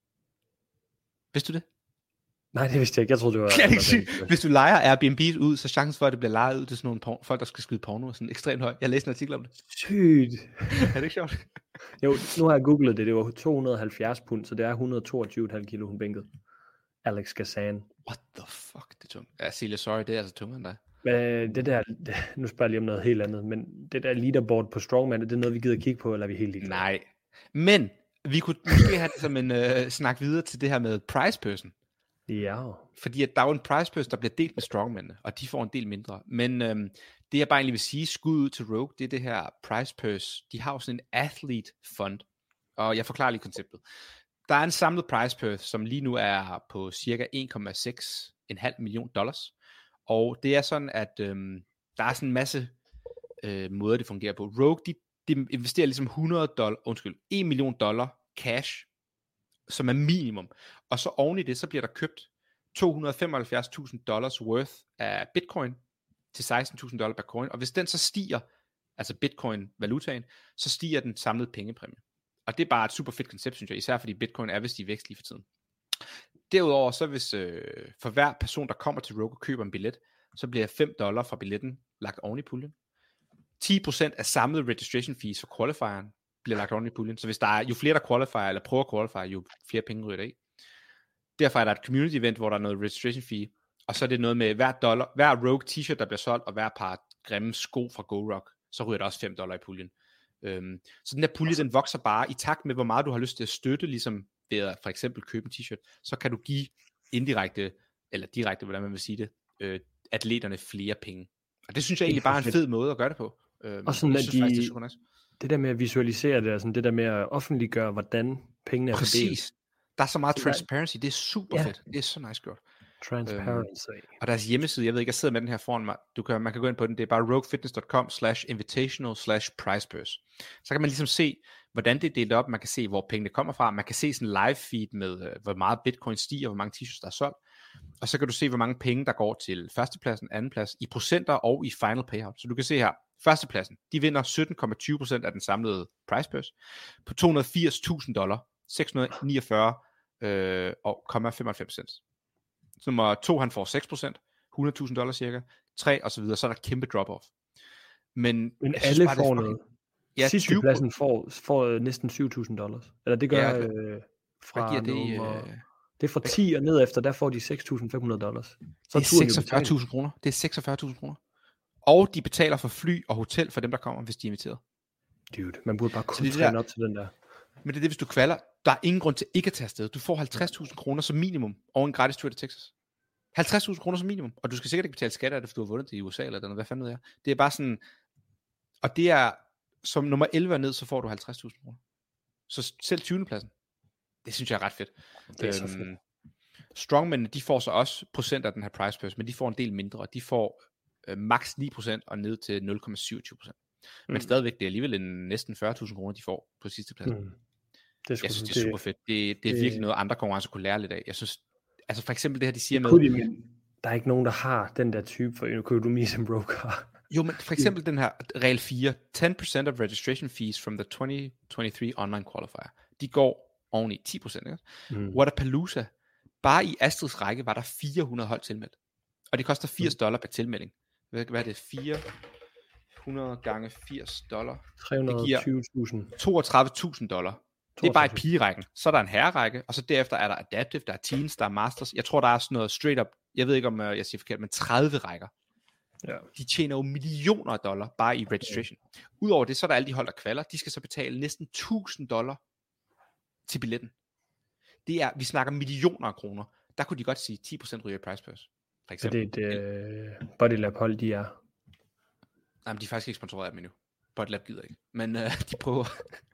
Vidste du det? Nej, det vidste jeg ikke. Jeg troede, det var... Ja, hvis du lejer Airbnb ud, så chancen for, at det bliver lejet ud til sådan nogle porno, folk, der skal skyde porno, er sådan ekstremt høj. Jeg læste en artikel om det. Sygt. Er det ikke sjovt? Jo, nu har jeg googlet det. Det var to hundrede og halvfjerds pund, så det er et hundrede og toogtyve komma fem kilo, hun bænkede. Alex Gazan. What the fuck, det er tungt. Ja, Silja, sorry, det er altså tungere end dig. Men det der, nu spørger jeg lige om noget helt andet, men det der leaderboard på Strongman, er det noget, vi gider kigge på, eller er vi helt ligeglade? Nej, men vi kunne måske have det som en uh, snak videre til det her med prize person. Ja. Fordi at der er jo en prize person, der bliver delt med strongmændene, og de får en del mindre. Men øhm, det jeg bare egentlig vil sige, skud ud til Rogue, det er det her prize purse. De har jo sådan en athlete fund, og jeg forklarer lige konceptet. Der er en samlet prize purse, som lige nu er på cirka en komma seks million dollars. Og det er sådan, at øhm, der er sådan en masse øh, måder, det fungerer på. Rogue, de, de investerer ligesom hundrede dollar, undskyld, en million dollar cash, som er minimum. Og så oven i det, så bliver der købt to hundrede og femoghalvfjerds tusind dollars worth af bitcoin til seksten tusind dollar per coin. Og hvis den så stiger, altså bitcoin-valutaen, så stiger den samlede pengepræmie. Og det er bare et super fedt koncept, synes jeg, især fordi bitcoin er vist i vækst lige for tiden. Derudover, så hvis øh, for hver person, der kommer til Rogue og køber en billet, så bliver fem dollar fra billetten lagt oven i puljen. ti procent af samlede registration fees for qualifieren bliver lagt oven i puljen. Så hvis der er, jo flere der qualifier, eller prøver at qualifier, jo flere penge ryger der i. Derfor er der et community event, hvor der er noget registration fee, og så er det noget med hver dollar, hver Rogue t-shirt, der bliver solgt, og hver par grimme sko fra GoRuck, så ryger der også fem dollar i puljen. Øhm, så den der pulje, den vokser bare i takt med, hvor meget du har lyst til at støtte, ligesom ved at for eksempel købe en t-shirt, så kan du give indirekte, eller direkte, hvordan man vil sige det, øh, atleterne flere penge. Og det synes jeg egentlig bare er en fed måde at gøre det på. Øhm, og sådan, jeg at synes de, faktisk, det er super nice. Det der med at visualisere det, og sådan det der med at offentliggøre, hvordan pengene er fordelt. Præcis. Der er så meget transparency, det er super ja. fedt. Det er så nice gjort. Transparency. Øhm, og deres hjemmeside, jeg ved ikke, jeg sidder med den her foran mig, du kan, man kan gå ind på den, det er bare roguefitness punktum com slash invitational slash prize purse. Så kan man ligesom se, hvordan det er delt op, man kan se, hvor pengene kommer fra, man kan se sådan en live feed med, øh, hvor meget bitcoin stiger, hvor mange t-shirts der er solgt, og så kan du se, hvor mange penge, der går til førstepladsen, andenplads, i procenter og i final payout. Så du kan se her, førstepladsen, de vinder sytten komma tyve procent af den samlede prize purse, på to hundrede og firs tusind dollar, seks hundrede og niogfyrre øh, og femoghalvfems cent. Så nummer to, han får seks procent, hundrede tusind dollar cirka, tre og så videre, så er der kæmpe drop-off. Men, Men alle bare, får noget. Ja, sidste pladsen får, får næsten syv tusind dollars. Eller det gør ja, øh, fra det, nummer... Øh... Det er fra ti og ned efter, der får de seks tusind fem hundrede dollars. Så det er seksogfyrre tusind kroner. Det er seksogfyrre tusind kroner. Og de betaler for fly og hotel for dem, der kommer, hvis de er inviteret. Dude, man burde bare kun træne op til den der. Men det er det, hvis du kvalder, der er ingen grund til ikke at tage afsted. Du får halvtreds tusind kroner som minimum, og en gratis tur til Texas. halvtreds tusind kroner som minimum, og du skal sikkert ikke betale skat af det, hvis du har vundet det i U S A eller noget, hvad fanden ved jeg. Det er bare sådan, og det er, som nummer elleve er ned, så får du halvtreds tusind kroner. Så selv tyvende pladsen, det synes jeg er ret fedt. Det er så fedt. Strongmen, de får så også procent af den her price purse, men de får en del mindre. De får øh, maks ni procent og ned til nul komma syvogtyve procent. Men mm. stadigvæk, det er alligevel en, næsten fyrre tusind kroner, de får på sidste plads. Mm. Det jeg synes, det er super fedt. Det, det er det, virkelig noget, andre konkurrencer kunne lære lidt af. Jeg synes, altså for eksempel det her, de siger med... De, men der er ikke nogen, der har den der type for økonomi, som Rogue har. Jo, men for eksempel den her regel fire, ten percent of registration fees from the twenty twenty-three online qualifier. De går oveni ti procent. Ikke? Mm. Wodapalooza, bare i Astrids række var der fire hundrede hold tilmeldt. Og det koster firs dollar per tilmelding. Hvad er det? fire hundrede gange firs dollar. tre hundrede og tyve tusind. toogtredive tusind dollar. Det er bare i pigerækken. Så er der en herrerække, og så derefter er der adaptive, der er teens, der er masters. Jeg tror, der er sådan noget straight up, jeg ved ikke om jeg siger forkert, men tredive rækker. Ja. De tjener jo millioner af dollar bare i registration. Ja. Udover det, så er der alle de hold, der kvalder. De skal så betale næsten tusind dollar til billetten. Det er, vi snakker millioner af kroner. Der kunne de godt sige ti procent ryger i price purse. For eksempel. Er det et uh, bodylab hold, de er? Nej, men de er faktisk ikke sponsoreret af dem endnu. Bodylab gider ikke. Men uh, de prøver...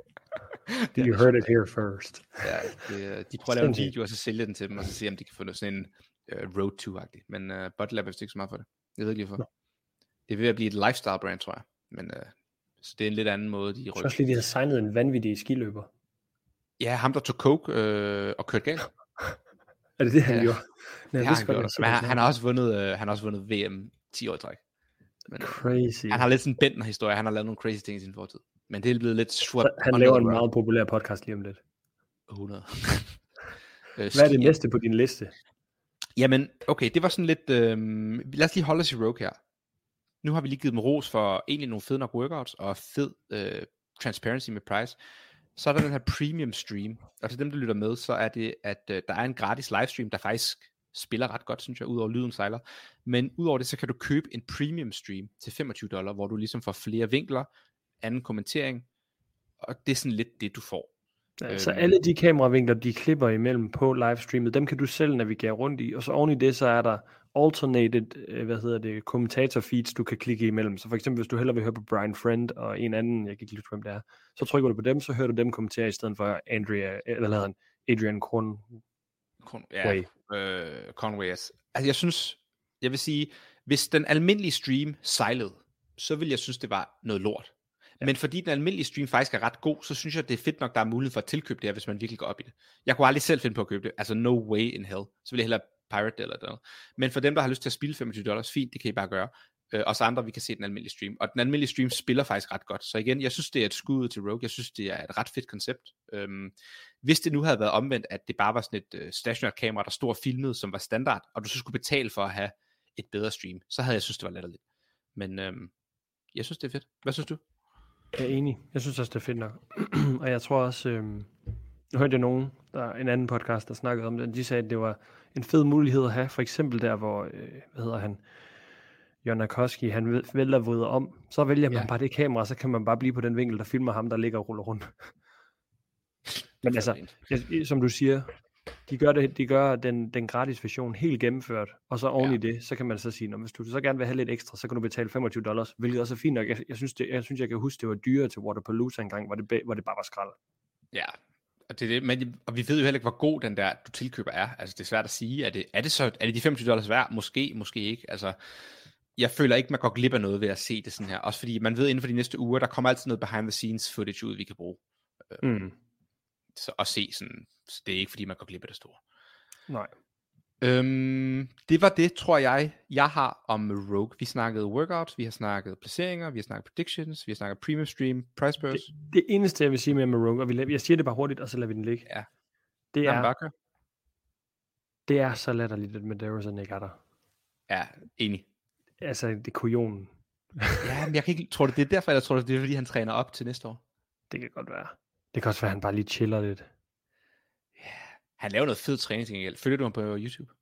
You heard it here first. Ja, de, de prøver at lave en video, og så sælge den til dem, og så se, om de kan få noget sådan en uh, road to-agtig. Men uh, Bodylab er ikke så meget for det. Jeg ved ikke lige for. No. Det er ved at blive et lifestyle brand, tror jeg. Men uh, så det er en lidt anden måde, de rykker. Så også lige, de har signet en vanvittig skiløber. Ja, ham der tog coke øh, og kørte galt. Er det det, han ja. gjorde? Nej, det har han gjort. Men han, han, har også vundet, øh, han har også vundet V M ti år i træk. Men, crazy. Han har lidt sådan en bændende historie. Han har lavet nogle crazy ting i sin fortid. Men det er blevet lidt sort. Han laver en meget populær podcast lige om lidt. hundrede. Hvad er det næste på din liste? Jamen, okay, det var sådan lidt... Øh, lad os lige holde os i Rogue her. Nu har vi lige givet dem ros for egentlig nogle fede nok workouts og fed øh, transparency med price. Så er der den her premium stream, og til dem, der lytter med, så er det, at øh, der er en gratis livestream, der faktisk spiller ret godt, synes jeg, udover lyden sejler. Men udover det, så kan du købe en premium stream til femogtyve dollar, hvor du ligesom får flere vinkler, anden kommentering, og det er sådan lidt det, du får. Ja, så alle de kameravinkler, de klipper imellem på livestreamet, dem kan du selv navigere rundt i, og så oven i det, så er der alternated, hvad hedder det, kommentator feeds, du kan klikke imellem. Så for eksempel, hvis du hellere vil høre på Brian Friend og en anden, jeg kan ikke lide, hvem det er, så trykker du på dem, så hører du dem kommentere i stedet for Andrea, eller hvad hedder han, Adrian Corn... Con- ja, øh, Conway. Altså, jeg synes, jeg vil sige, hvis den almindelige stream sejlede, så vil jeg synes, det var noget lort. Ja. Men fordi den almindelige stream faktisk er ret god, så synes jeg, det er fedt nok, der er mulighed for at tilkøbe det her, hvis man virkelig går op i det. Jeg kunne aldrig selv finde på at købe det. Altså, no way in hell. Så vil jeg hellere pirate det eller noget. Men for dem, der har lyst til at spille femogtyve dollars, fint, det kan I bare gøre. Øh, og så andre, vi kan se den almindelige stream. Og den almindelige stream spiller faktisk ret godt. Så igen, jeg synes, det er et skud til Rogue. Jeg synes, det er et ret fedt koncept. Øhm, hvis det nu havde været omvendt, at det bare var sådan et øh, stationært kamera, der stod og filmede, som var standard, og du så skulle betale for at have et bedre stream, så havde jeg synes, det var latterligt. Men øhm, jeg synes, det er fedt. Hvad synes du? Jeg er enig. Jeg synes også, det er fedt nok. Og jeg tror også, øh, jeg hørte jeg nogen, der er en anden podcast, der snakkede om det, de sagde, at det var en fed mulighed at have, for eksempel der, hvor, øh, hvad hedder han, Jon Akoski, han vælger at vride om, så vælger man Ja. bare det kamera, så kan man bare blive på den vinkel, der filmer ham, der ligger og ruller rundt. Men altså, jeg, som du siger, de gør, det, de gør den, den gratis version helt gennemført, og så oven i ja. det, så kan man så sige, hvis du så gerne vil have lidt ekstra, så kan du betale femogtyve dollars, hvilket også er fint nok. Jeg, jeg, synes, det, jeg synes, jeg kan huske, det var dyrere til Waterpalooza engang, hvor det, hvor det bare var skrald. Ja, og, det er det, men, og vi ved jo heller ikke, hvor god den der, du tilkøber er. Altså, det er svært at sige. Er det, er det, så, er det de femogtyve dollars værd? Måske, måske ikke. Altså, jeg føler ikke, man går glip af noget ved at se det sådan her. Også fordi man ved, inden for de næste uger, der kommer altid noget behind the scenes footage ud, vi kan bruge. Mm. Så at se sådan, så det er ikke fordi, man går glip af det store. Nej. Øhm, det var det, tror jeg, jeg har om Rogue. Vi snakkede workouts, vi har snakket placeringer, vi har snakket predictions, vi har snakket premium stream, price burst. Det, det eneste, jeg vil sige mere med Rogue, og vi lader, jeg siger det bare hurtigt, og så lader vi den ligge. Ja. Det er, Bakker. det er så latterligt, at Medeiros og Nick er der. Ja, enig. Altså, det er kujonen. Ja, men jeg kan ikke, tror du det er derfor, eller tror du det er fordi, han træner op til næste år? Det kan godt være. Det kan også være, at han bare lige chiller lidt. Ja, han laver noget fed træning til gengæld. Følger du ham på YouTube?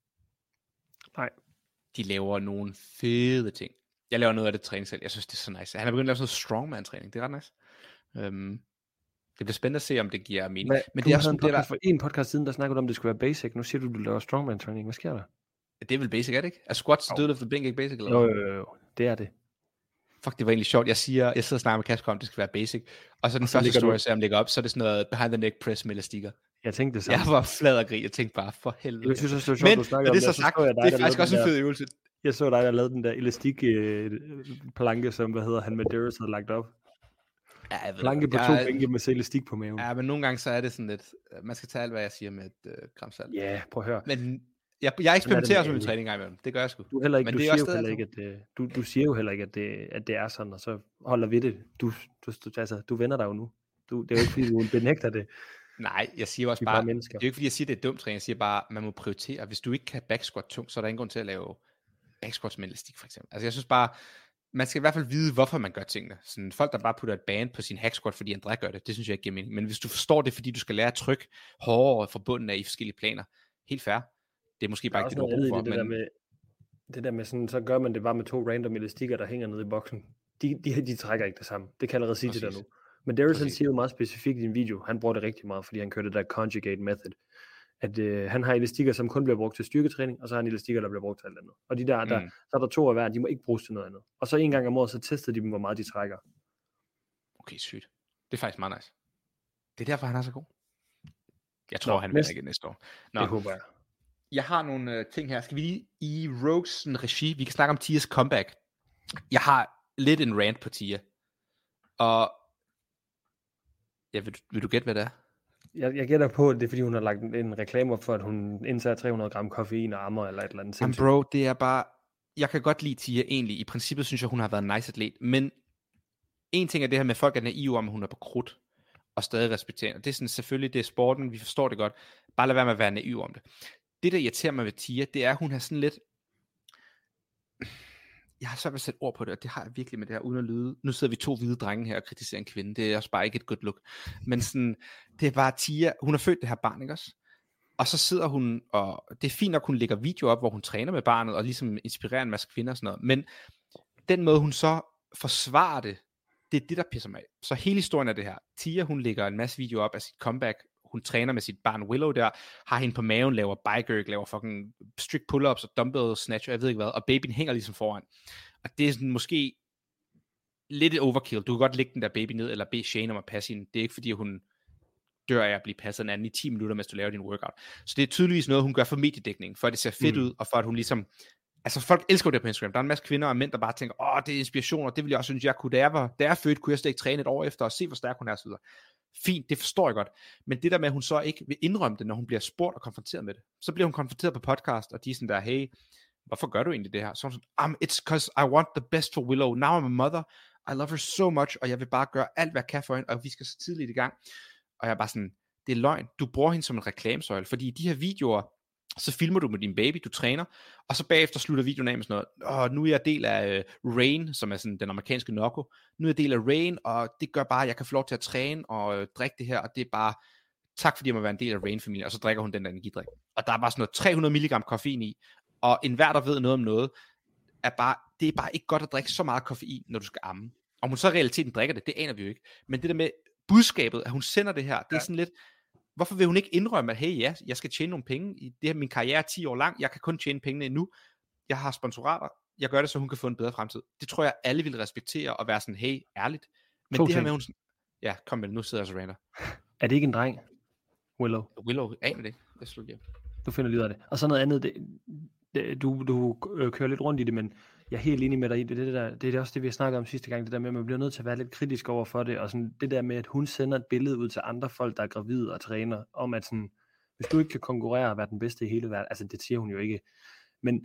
Nej. De laver nogle fede ting. Jeg laver noget af det træning selv. Jeg synes, det er så nice. Han er begyndt at lave sådan noget strongman-træning. Det er ret nice. Um, det bliver spændende at se, om det giver mening. Hvad, men det er sådan en podcast, der... for en podcast siden, der snakkede om, det skulle være basic. Nu siger du, du laver strongman-træning. Hvad sker der? Det er vel basic, er det ikke? Er squats, dødløft og bænk ikke basic? Eller? Jo, jo, jo, det er det. Fuck, det var egentlig sjovt. Jeg siger, jeg sidder og snakker med Kasper om, det skal være basic. Og så den og så første story, du... jeg lægger op, så er det sådan noget behind the neck press med elastikker. Jeg tænkte det samme. Jeg var flad og grig. Jeg tænkte bare, for helvede. Jeg synes også, det var sjovt, du snakkede om det. Men det er så sagt, så jeg dig, det er faktisk også en fed øvelse. Jeg så dig, der lavede den der elastik øh, planke, som, hvad hedder han, Medeiros havde lagt op. Ja, jeg ved, planke på jeg, to bænke med elastik på maven. Ja, men nogle gange så er det sådan lidt, man skal tage alt, hvad jeg siger med et øh, gram salt. Ja, yeah, prøv at høre. Men jeg, jeg eksperimenterer også med min træning imellem. Det gør jeg sgu. Du, heller ikke, men du, det siger er også jo heller ikke, at det, du, du siger jo heller ikke, at det, at det er sådan, og så holder vi det. Du, du, altså, du vender dig jo nu. Du, det er jo ikke, fordi du benægter det. Nej, jeg siger også Vi bare, bare det er jo ikke, fordi jeg siger, det er dumt træning. Jeg siger bare, man må prioritere. Hvis du ikke kan backsquat tungt, så er der ingen grund til at lave backsquats med elastik, for eksempel. Altså, jeg synes bare, man skal i hvert fald vide, hvorfor man gør tingene. Sådan folk, der bare putter et band på sin hack squat, fordi André gør det, det synes jeg ikke giver mening. Men hvis du forstår det, fordi du skal lære at trykke hårdere fra bunden af i forskellige planer, helt fair. Det er måske bare ikke det, du har brug for. Det, men... der med, det der med sådan, så gør man det bare med to random elastikker, der hænger nede i boksen. De, de, de trækker ikke det samme. Det kan jeg allerede sige til dig nu. Men Darius, han siger jo meget specifikt i en video, han bruger det rigtig meget, fordi han kører det der conjugate method, at øh, han har elastikker, som kun bliver brugt til styrketræning, og så har han elastikker, der bliver brugt til alt andet. Og de der, der mm. så er der to af hver, de må ikke bruges til noget andet. Og så en gang om året, så tester de dem, hvor meget de trækker. Okay, sygt. Det er faktisk meget nice. Det er derfor, han er så god. Jeg tror, Nå, han vil ikke næste år. Nå. Det håber jeg. Jeg har nogle øh, ting her. Skal vi lige i Rogues regi, vi kan snakke om Tias comeback. Jeg har lidt en rant på Tia. Og ja, vil, du, vil du gætte, hvad det er? Jeg, jeg gætter på, at det er, fordi hun har lagt en, en reklame op for, at hun indtager tre hundrede gram koffein og ammer eller et eller andet. Jamen bro, det er bare... Jeg kan godt lide Tia egentlig. I princippet synes jeg, hun har været en nice atlet. Men en ting er det her med, at folk er naive om, at hun er på krudt. Og stadig respekterer. Det er sådan, selvfølgelig, det er sporten. Vi forstår det godt. Bare lad være med at være naiv om det. Det, der irriterer mig ved Tia, det er, at hun har sådan lidt... Jeg har svært ved at sætte ord på det, og det har jeg virkelig med det her, uden at lyde. Nu sidder vi to hvide drenge her og kritiserer en kvinde. Det er også bare ikke et godt look. Men sådan, det er bare Tia. Hun har født det her barn, ikke også? Og så sidder hun, og det er fint nok, hun lægger video op, hvor hun træner med barnet, og ligesom inspirerer en masse kvinder og sådan noget. Men den måde, hun så forsvarer det, det er det, der pisser mig af. Så hele historien er det her. Tia, hun lægger en masse video op af sit comeback. Hun træner med sit barn Willow der, har hende på maven, laver bike-erg, laver fucking strict pull-ups og dumbbell snatch, og jeg ved ikke hvad, og babyen hænger ligesom foran. Og det er sådan måske lidt et overkill. Du kan godt lægge den der baby ned, eller bede Shane om at passe hende. Det er ikke fordi, hun dør af at blive passet en anden i ti minutter, mens du laver din workout. Så det er tydeligvis noget, hun gør for mediedækning, for at det ser fedt mm. ud, og for at hun ligesom... Altså folk elsker det på Instagram. Der er en masse kvinder og mænd, der bare tænker, åh, det er inspiration, og det vil jeg også synes, jeg kunne. Da jeg var, da jeg født, kunne jeg slet ikke træne et år efter, og se, hvor stærk hun er, og så videre. Fint, det forstår jeg godt. Men det der med, at hun så ikke vil indrømme det, når hun bliver spurgt og konfronteret med det. Så bliver hun konfronteret på podcast, og de er sådan der, hey, hvorfor gør du egentlig det her? Så hun sådan, um, it's because I want the best for Willow. Now I'm a mother. I love her so much, og jeg vil bare gøre alt, hvad jeg kan for hende, og vi skal så tidligt i gang. Og jeg er bare sådan, det er løgn. Du bruger hende som en reklamesøjle, fordi de her videoer, Så filmer du med din baby, du træner, og så bagefter slutter videoen af med sådan noget, åh, nu er jeg del af uh, Rain, som er sådan den amerikanske Nocco, nu er jeg del af Rain, og det gør bare, at jeg kan få lov til at træne og uh, drikke det her, og det er bare, tak fordi jeg må være en del af Rain-familien, og så drikker hun den der energidrik. Og der er bare sådan noget tre hundrede milligram koffein i, og enhver, der ved noget om noget, er bare, det er bare ikke godt at drikke så meget koffein, når du skal amme. Om hun så i realiteten drikker det, det aner vi jo ikke. Men det der med budskabet, at hun sender det her, det er sådan lidt, hvorfor vil hun ikke indrømme, at hey, ja, jeg skal tjene nogle penge, i det her, min karriere er ti år lang, jeg kan kun tjene pengene endnu, jeg har sponsorater, jeg gør det, så hun kan få en bedre fremtid. Det tror jeg, alle vil respektere, og være sådan, hey, ærligt. Men to det her ting. med, hun, ja, kom med, nu sidder jeg så rander. Er det ikke en dreng? Willow. Willow, aner det ikke. Jeg slutter hjem. Du finder lige ud af det. Og så noget andet, det, det, du, du øh, kører lidt rundt i det, men jeg er helt enig med dig i det. Det, det, der, det er også det, vi har snakket om sidste gang, det der med, at man bliver nødt til at være lidt kritisk over for det, og sådan det der med, at hun sender et billede ud til andre folk, der er gravide og træner, om at sådan, hvis du ikke kan konkurrere og være den bedste i hele verden, altså det siger hun jo ikke, men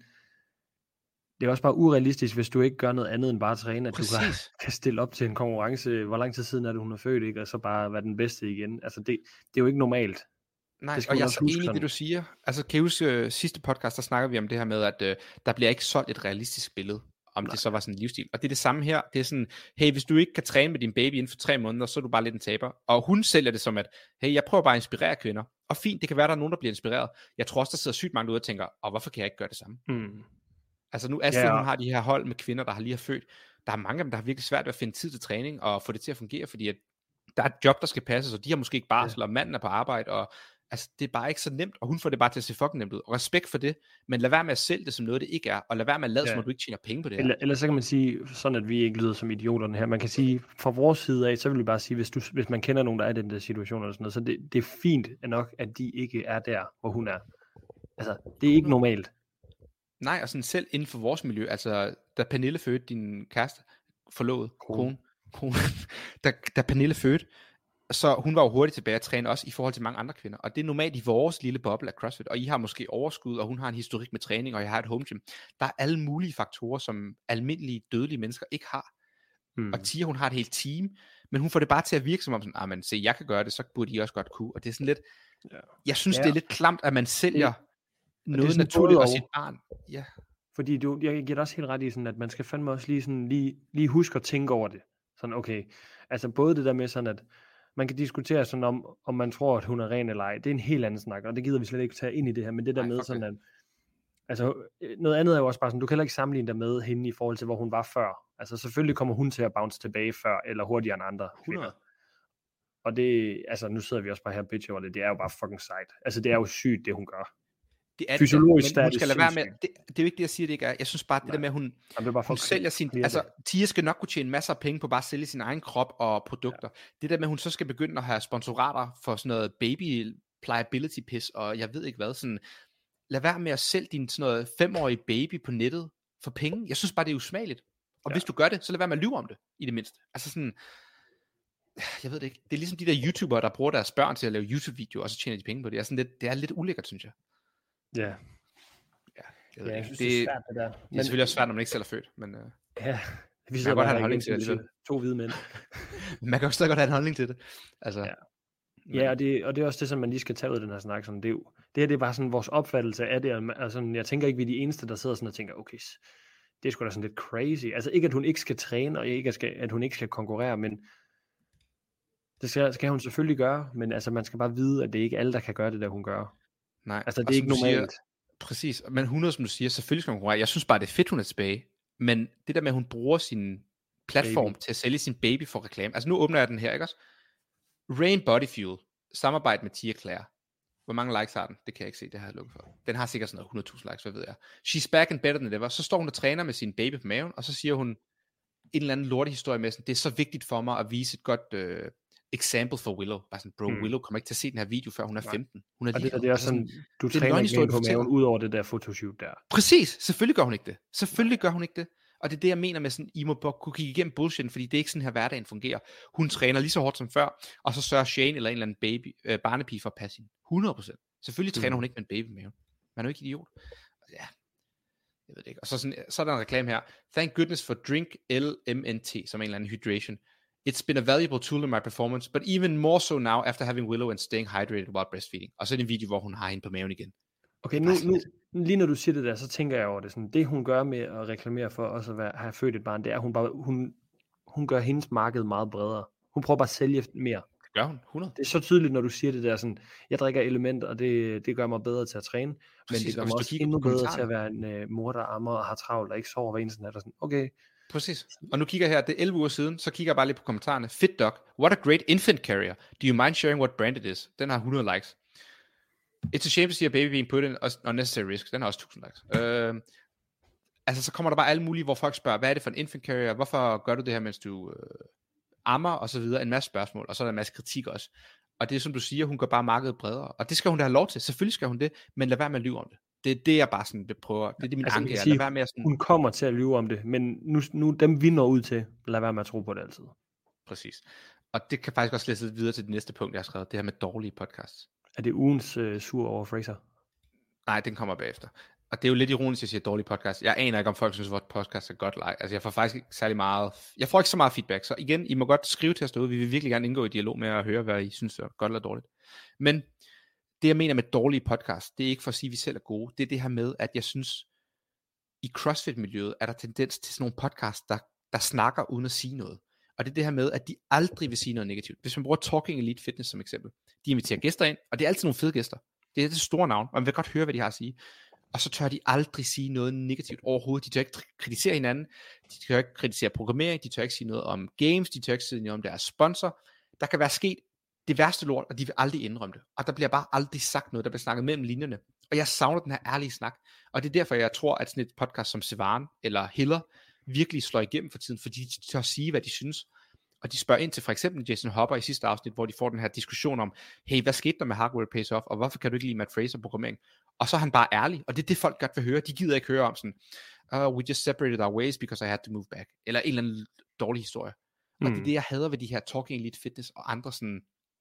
det er også bare urealistisk, hvis du ikke gør noget andet end bare at træne, at Præcis. du kan, kan stille op til en konkurrence, hvor lang tid siden er det, hun er født, ikke? Og så bare være den bedste igen. Altså det, det er jo ikke normalt. Nej, og jeg er så enig i det, du siger. Altså, kan jeg huske, uh, sidste podcast, der snakker vi om det her med, at uh, der bliver ikke solgt et realistisk billede, om Nej. det så var sådan en livsstil. Og det er det samme her. Det er sådan, hey, hvis du ikke kan træne med din baby inden for tre måneder, så er du bare lidt en taber. Og hun sælger det som, at hey, jeg prøver bare at inspirere kvinder. Og fint, det kan være, der er nogen, der bliver inspireret. Jeg tror også, der sidder sygt mange derude og tænker, og hvorfor kan jeg ikke gøre det samme? Mm. Altså nu, Astrid, ja. hun har de her hold med kvinder, der har lige har født. Der er mange af dem, der har virkelig svært ved at finde tid til træning, og få det til at fungere, fordi at der er et job, der skal passes, og de har måske ikke barsel, ja. og manden er på arbejde, og altså, det er bare ikke så nemt, og hun får det bare til at se fucking nemt ud. Og respekt for det, men lad være med at sælge det som noget, det ikke er, og lad være med at lade, ja. som at du ikke tjener penge på det her. Eller, eller så kan man sige, sådan at vi ikke lyder som idioterne her, man kan sige, fra vores side af, så vil vi bare sige, hvis, du, hvis man kender nogen, der er i den der situation, eller sådan noget, så det, det er fint nok, at de ikke er der, hvor hun er. Altså, det er ikke normalt. Nej, og sådan selv inden for vores miljø, altså, da Pernille fødte, din kæreste, forlovet, kone, kone, da, da Pernille fødte, så hun var jo hurtigt tilbage at træne også i forhold til mange andre kvinder. Og det er normalt i vores lille boble af CrossFit. Og I har måske overskud, og hun har en historik med træning, og jeg har et home gym. Der er alle mulige faktorer, som almindelige dødelige mennesker ikke har. Mm. Og Tia, hun har et helt team, men hun får det bare til at virke som om sådan, ah, men se, jeg kan gøre det, så burde I også godt kunne. Og det er sådan lidt, ja. jeg synes, ja. det er lidt klamt, at man sælger det, noget det naturligt af sit barn. Ja. Fordi du, jeg giver dig også helt ret i sådan, at man skal fandme også lige, sådan, lige, lige huske at tænke over det. Sådan, okay, altså både det der med sådan, at man kan diskutere sådan om, om man tror, at hun er ren eller ej. Det er en helt anden snak, og det gider vi slet ikke tage ind i det her, men det der Ej, med sådan, at altså, noget andet er jo også bare sådan, du kan heller ikke sammenligne dig med hende i forhold til, hvor hun var før. Altså selvfølgelig kommer hun til at bounce tilbage før, eller hurtigere end andre kvinder. Og det, altså nu sidder vi også bare her og bitch over det, det er jo bare fucking sejt. Altså det er jo sygt, det hun gør. Det er fysiologisk, det, men hun skal lade være med, det, det er jo ikke det, jeg siger, det ikke er. Jeg synes bare, det Nej. der med, at hun, Jamen, hun sælger sin, altså Tia skal nok kunne tjene masser af penge på bare at sælge sin egen krop og produkter. Ja. Det der med, at hun så skal begynde at have sponsorater for sådan noget baby pliability piss, og jeg ved ikke hvad, sådan, lad være med at sælge din sådan noget femårige baby på nettet for penge. Jeg synes bare, det er usmageligt. Og ja. hvis du gør det, så lad være med at lyve om det, i det mindste. Altså sådan, jeg ved det ikke. Det er ligesom de der YouTubere, der bruger deres børn til at lave YouTube-videoer, og så tjener de penge på det. Det er, sådan lidt, det er lidt ulækkert, synes jeg. Ja. Ja, jeg, ja, jeg synes, det, det er svært, det der. Men, det er selvfølgelig også svært, når man ikke selv er født. Men, uh, ja, vi man kan godt have en holdning til det alligevel. To hvide mænd. Man kan også godt have en holdning til det. Altså, ja, men, ja og, det, og det er også det, som man lige skal tage ud af den her snak. Sådan, det, er jo, det her det er bare sådan vores opfattelse af det. Altså, jeg tænker ikke, vi er de eneste, der sidder sådan og tænker, okay, det er sgu da sådan lidt crazy. Altså ikke, at hun ikke skal træne, og ikke, at hun ikke skal konkurrere, men det skal, skal hun selvfølgelig gøre. Men altså, man skal bare vide, at det er ikke alle, der kan gøre det, der hun gør. Nej, altså det er ikke normalt. Siger, præcis, men hundrede som du siger, selvfølgelig skal hun konkurrere. Jeg synes bare, det er fedt, hun er tilbage. Men det der med, at hun bruger sin platform baby. til at sælge sin baby for reklame. Altså nu åbner jeg den her, ikke også? Rain Body Fuel, samarbejde med Tia Claire. Hvor mange likes har den? Det kan jeg ikke se, det har jeg lukket for. Den har sikkert sådan noget hundrede tusind likes, hvad ved jeg. She's back and better than ever. Så står hun og træner med sin baby på maven, og så siger hun en eller anden lortehistorie med sådan, det er så vigtigt for mig at vise et godt øh, example for Willow. Bare sådan, bro, mm. Willow kommer ikke til at se den her video, før hun er femten. Hun er og lige, det, det er sådan, du det træner ikke på maven, ud over det der photoshoot der. Præcis, selvfølgelig gør hun ikke det. Selvfølgelig gør hun ikke det. Og det er det, jeg mener med sådan, I må kunne kigge igennem bullshit, fordi det er ikke sådan her hverdagen fungerer. Hun træner lige så hårdt som før, og så sørger Shane eller en eller anden baby, øh, barnepige for at passe hende. hundrede procent. Selvfølgelig træner mm. hun ikke med en baby med maven. Man er jo ikke idiot. Ja, jeg ved det ikke. Og så, sådan, så er der en reklame her. Thank goodness for Drink L M N T, som en eller anden hydration. It's been a valuable tool in my performance, but even more so now after having Willow and staying hydrated while breastfeeding. Og så er det en video, hvor hun har hende på maven igen. Okay, nu, nu, lige når du siger det der, så tænker jeg over det sådan, det hun gør med at reklamere for også at være, have født et barn, det er, hun bare, hun, hun gør hendes marked meget bredere. Hun prøver bare at sælge mere. Det gør hun, hundrede. Det er så tydeligt, når du siger det der sådan, jeg drikker elementer, og det, det gør mig bedre til at træne, Præcis, men det gør mig også endnu bedre til at være en uh, mor, der ammer og har travlt, og ikke sover hver eneste nat, og sådan, okay. Præcis. Og nu kigger jeg her, det er elleve uger siden, så kigger jeg bare lidt på kommentarerne. Fit Doc, what a great infant carrier. Do you mind sharing what brand it is? Den har hundrede likes. It's a shame to see a baby being put in unnecessary risk. Den har også tusind likes. Uh, altså, så kommer der bare alle mulige, hvor folk spørger, hvad er det for en infant carrier? Hvorfor gør du det her, mens du uh, ammer? Og så videre. En masse spørgsmål. Og så er der en masse kritik også. Og det er som du siger, hun gør bare markedet bredere. Og det skal hun da have lov til. Selvfølgelig skal hun det. Men lad være med at lyve om det. Det er det, jeg bare sådan det prøver. Det er det, min altså, anke er. Lad være med at sådan... Hun kommer til at lyve om det. Men nu, nu dem vi når ud til, lad være med at tro på det altid. Præcis. Og det kan faktisk også læse videre til det næste punkt, jeg har skrevet. Det her med dårlige podcasts. Er det ugens øh, sur over Fraser? Nej, den kommer bagefter. Og det er jo lidt ironisk, at jeg siger dårlig podcast. Jeg aner ikke, om folk synes, at vores podcast er godt like. Altså, jeg får faktisk ikke særlig meget... Jeg får ikke så meget feedback. Så igen, I må godt skrive til os derude. Vi vil virkelig gerne indgå i dialog med at høre, hvad I synes er godt eller dårligt. Men det, jeg mener med dårlige podcast, det er ikke for at sige, at vi selv er gode. Det er det her med, at jeg synes, i CrossFit-miljøet er der tendens til sådan nogle podcasts, der, der snakker uden at sige noget. Og det er det her med, at de aldrig vil sige noget negativt. Hvis man bruger Talking Elite Fitness som eksempel. De inviterer gæster ind, og det er altid nogle fede gæster. Det er det store navn, og man vil godt høre, hvad de har at sige. Og så tør de aldrig sige noget negativt overhovedet. De tør ikke kritisere hinanden. De tør ikke kritisere programmering. De tør ikke sige noget om games. De tør ikke sige noget om deres sponsor. Der kan være sket det værste lort, og de vil aldrig indrømme det. Og der bliver bare aldrig sagt noget. Der bliver snakket mellem linjerne. Og jeg savner den her ærlige snak. Og det er derfor, jeg tror, at sådan et podcast som Sevan eller Hiller virkelig slår igennem for tiden, fordi de tør sige, hvad de synes. Og de spørger ind til for eksempel Jason Hopper i sidste afsnit, hvor de får den her diskussion om, hey, hvad skete der med Hardware Pays Off, og hvorfor kan du ikke lide Matt Fraser programmering? Og så er han bare ærlig, og det er det, folk godt vil høre. De gider ikke høre om sådan, uh, we just separated our ways, because I had to move back. Eller en eller anden dårlig historie. Mm. Og det er det, jeg hader ved de her Talking Elite Fitness og andre sådan,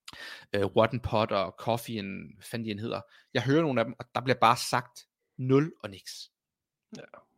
uh, What and Pot og Coffee and fandt de en hedder. Jeg hører nogle af dem, og der bliver bare sagt nul og niks. Ja.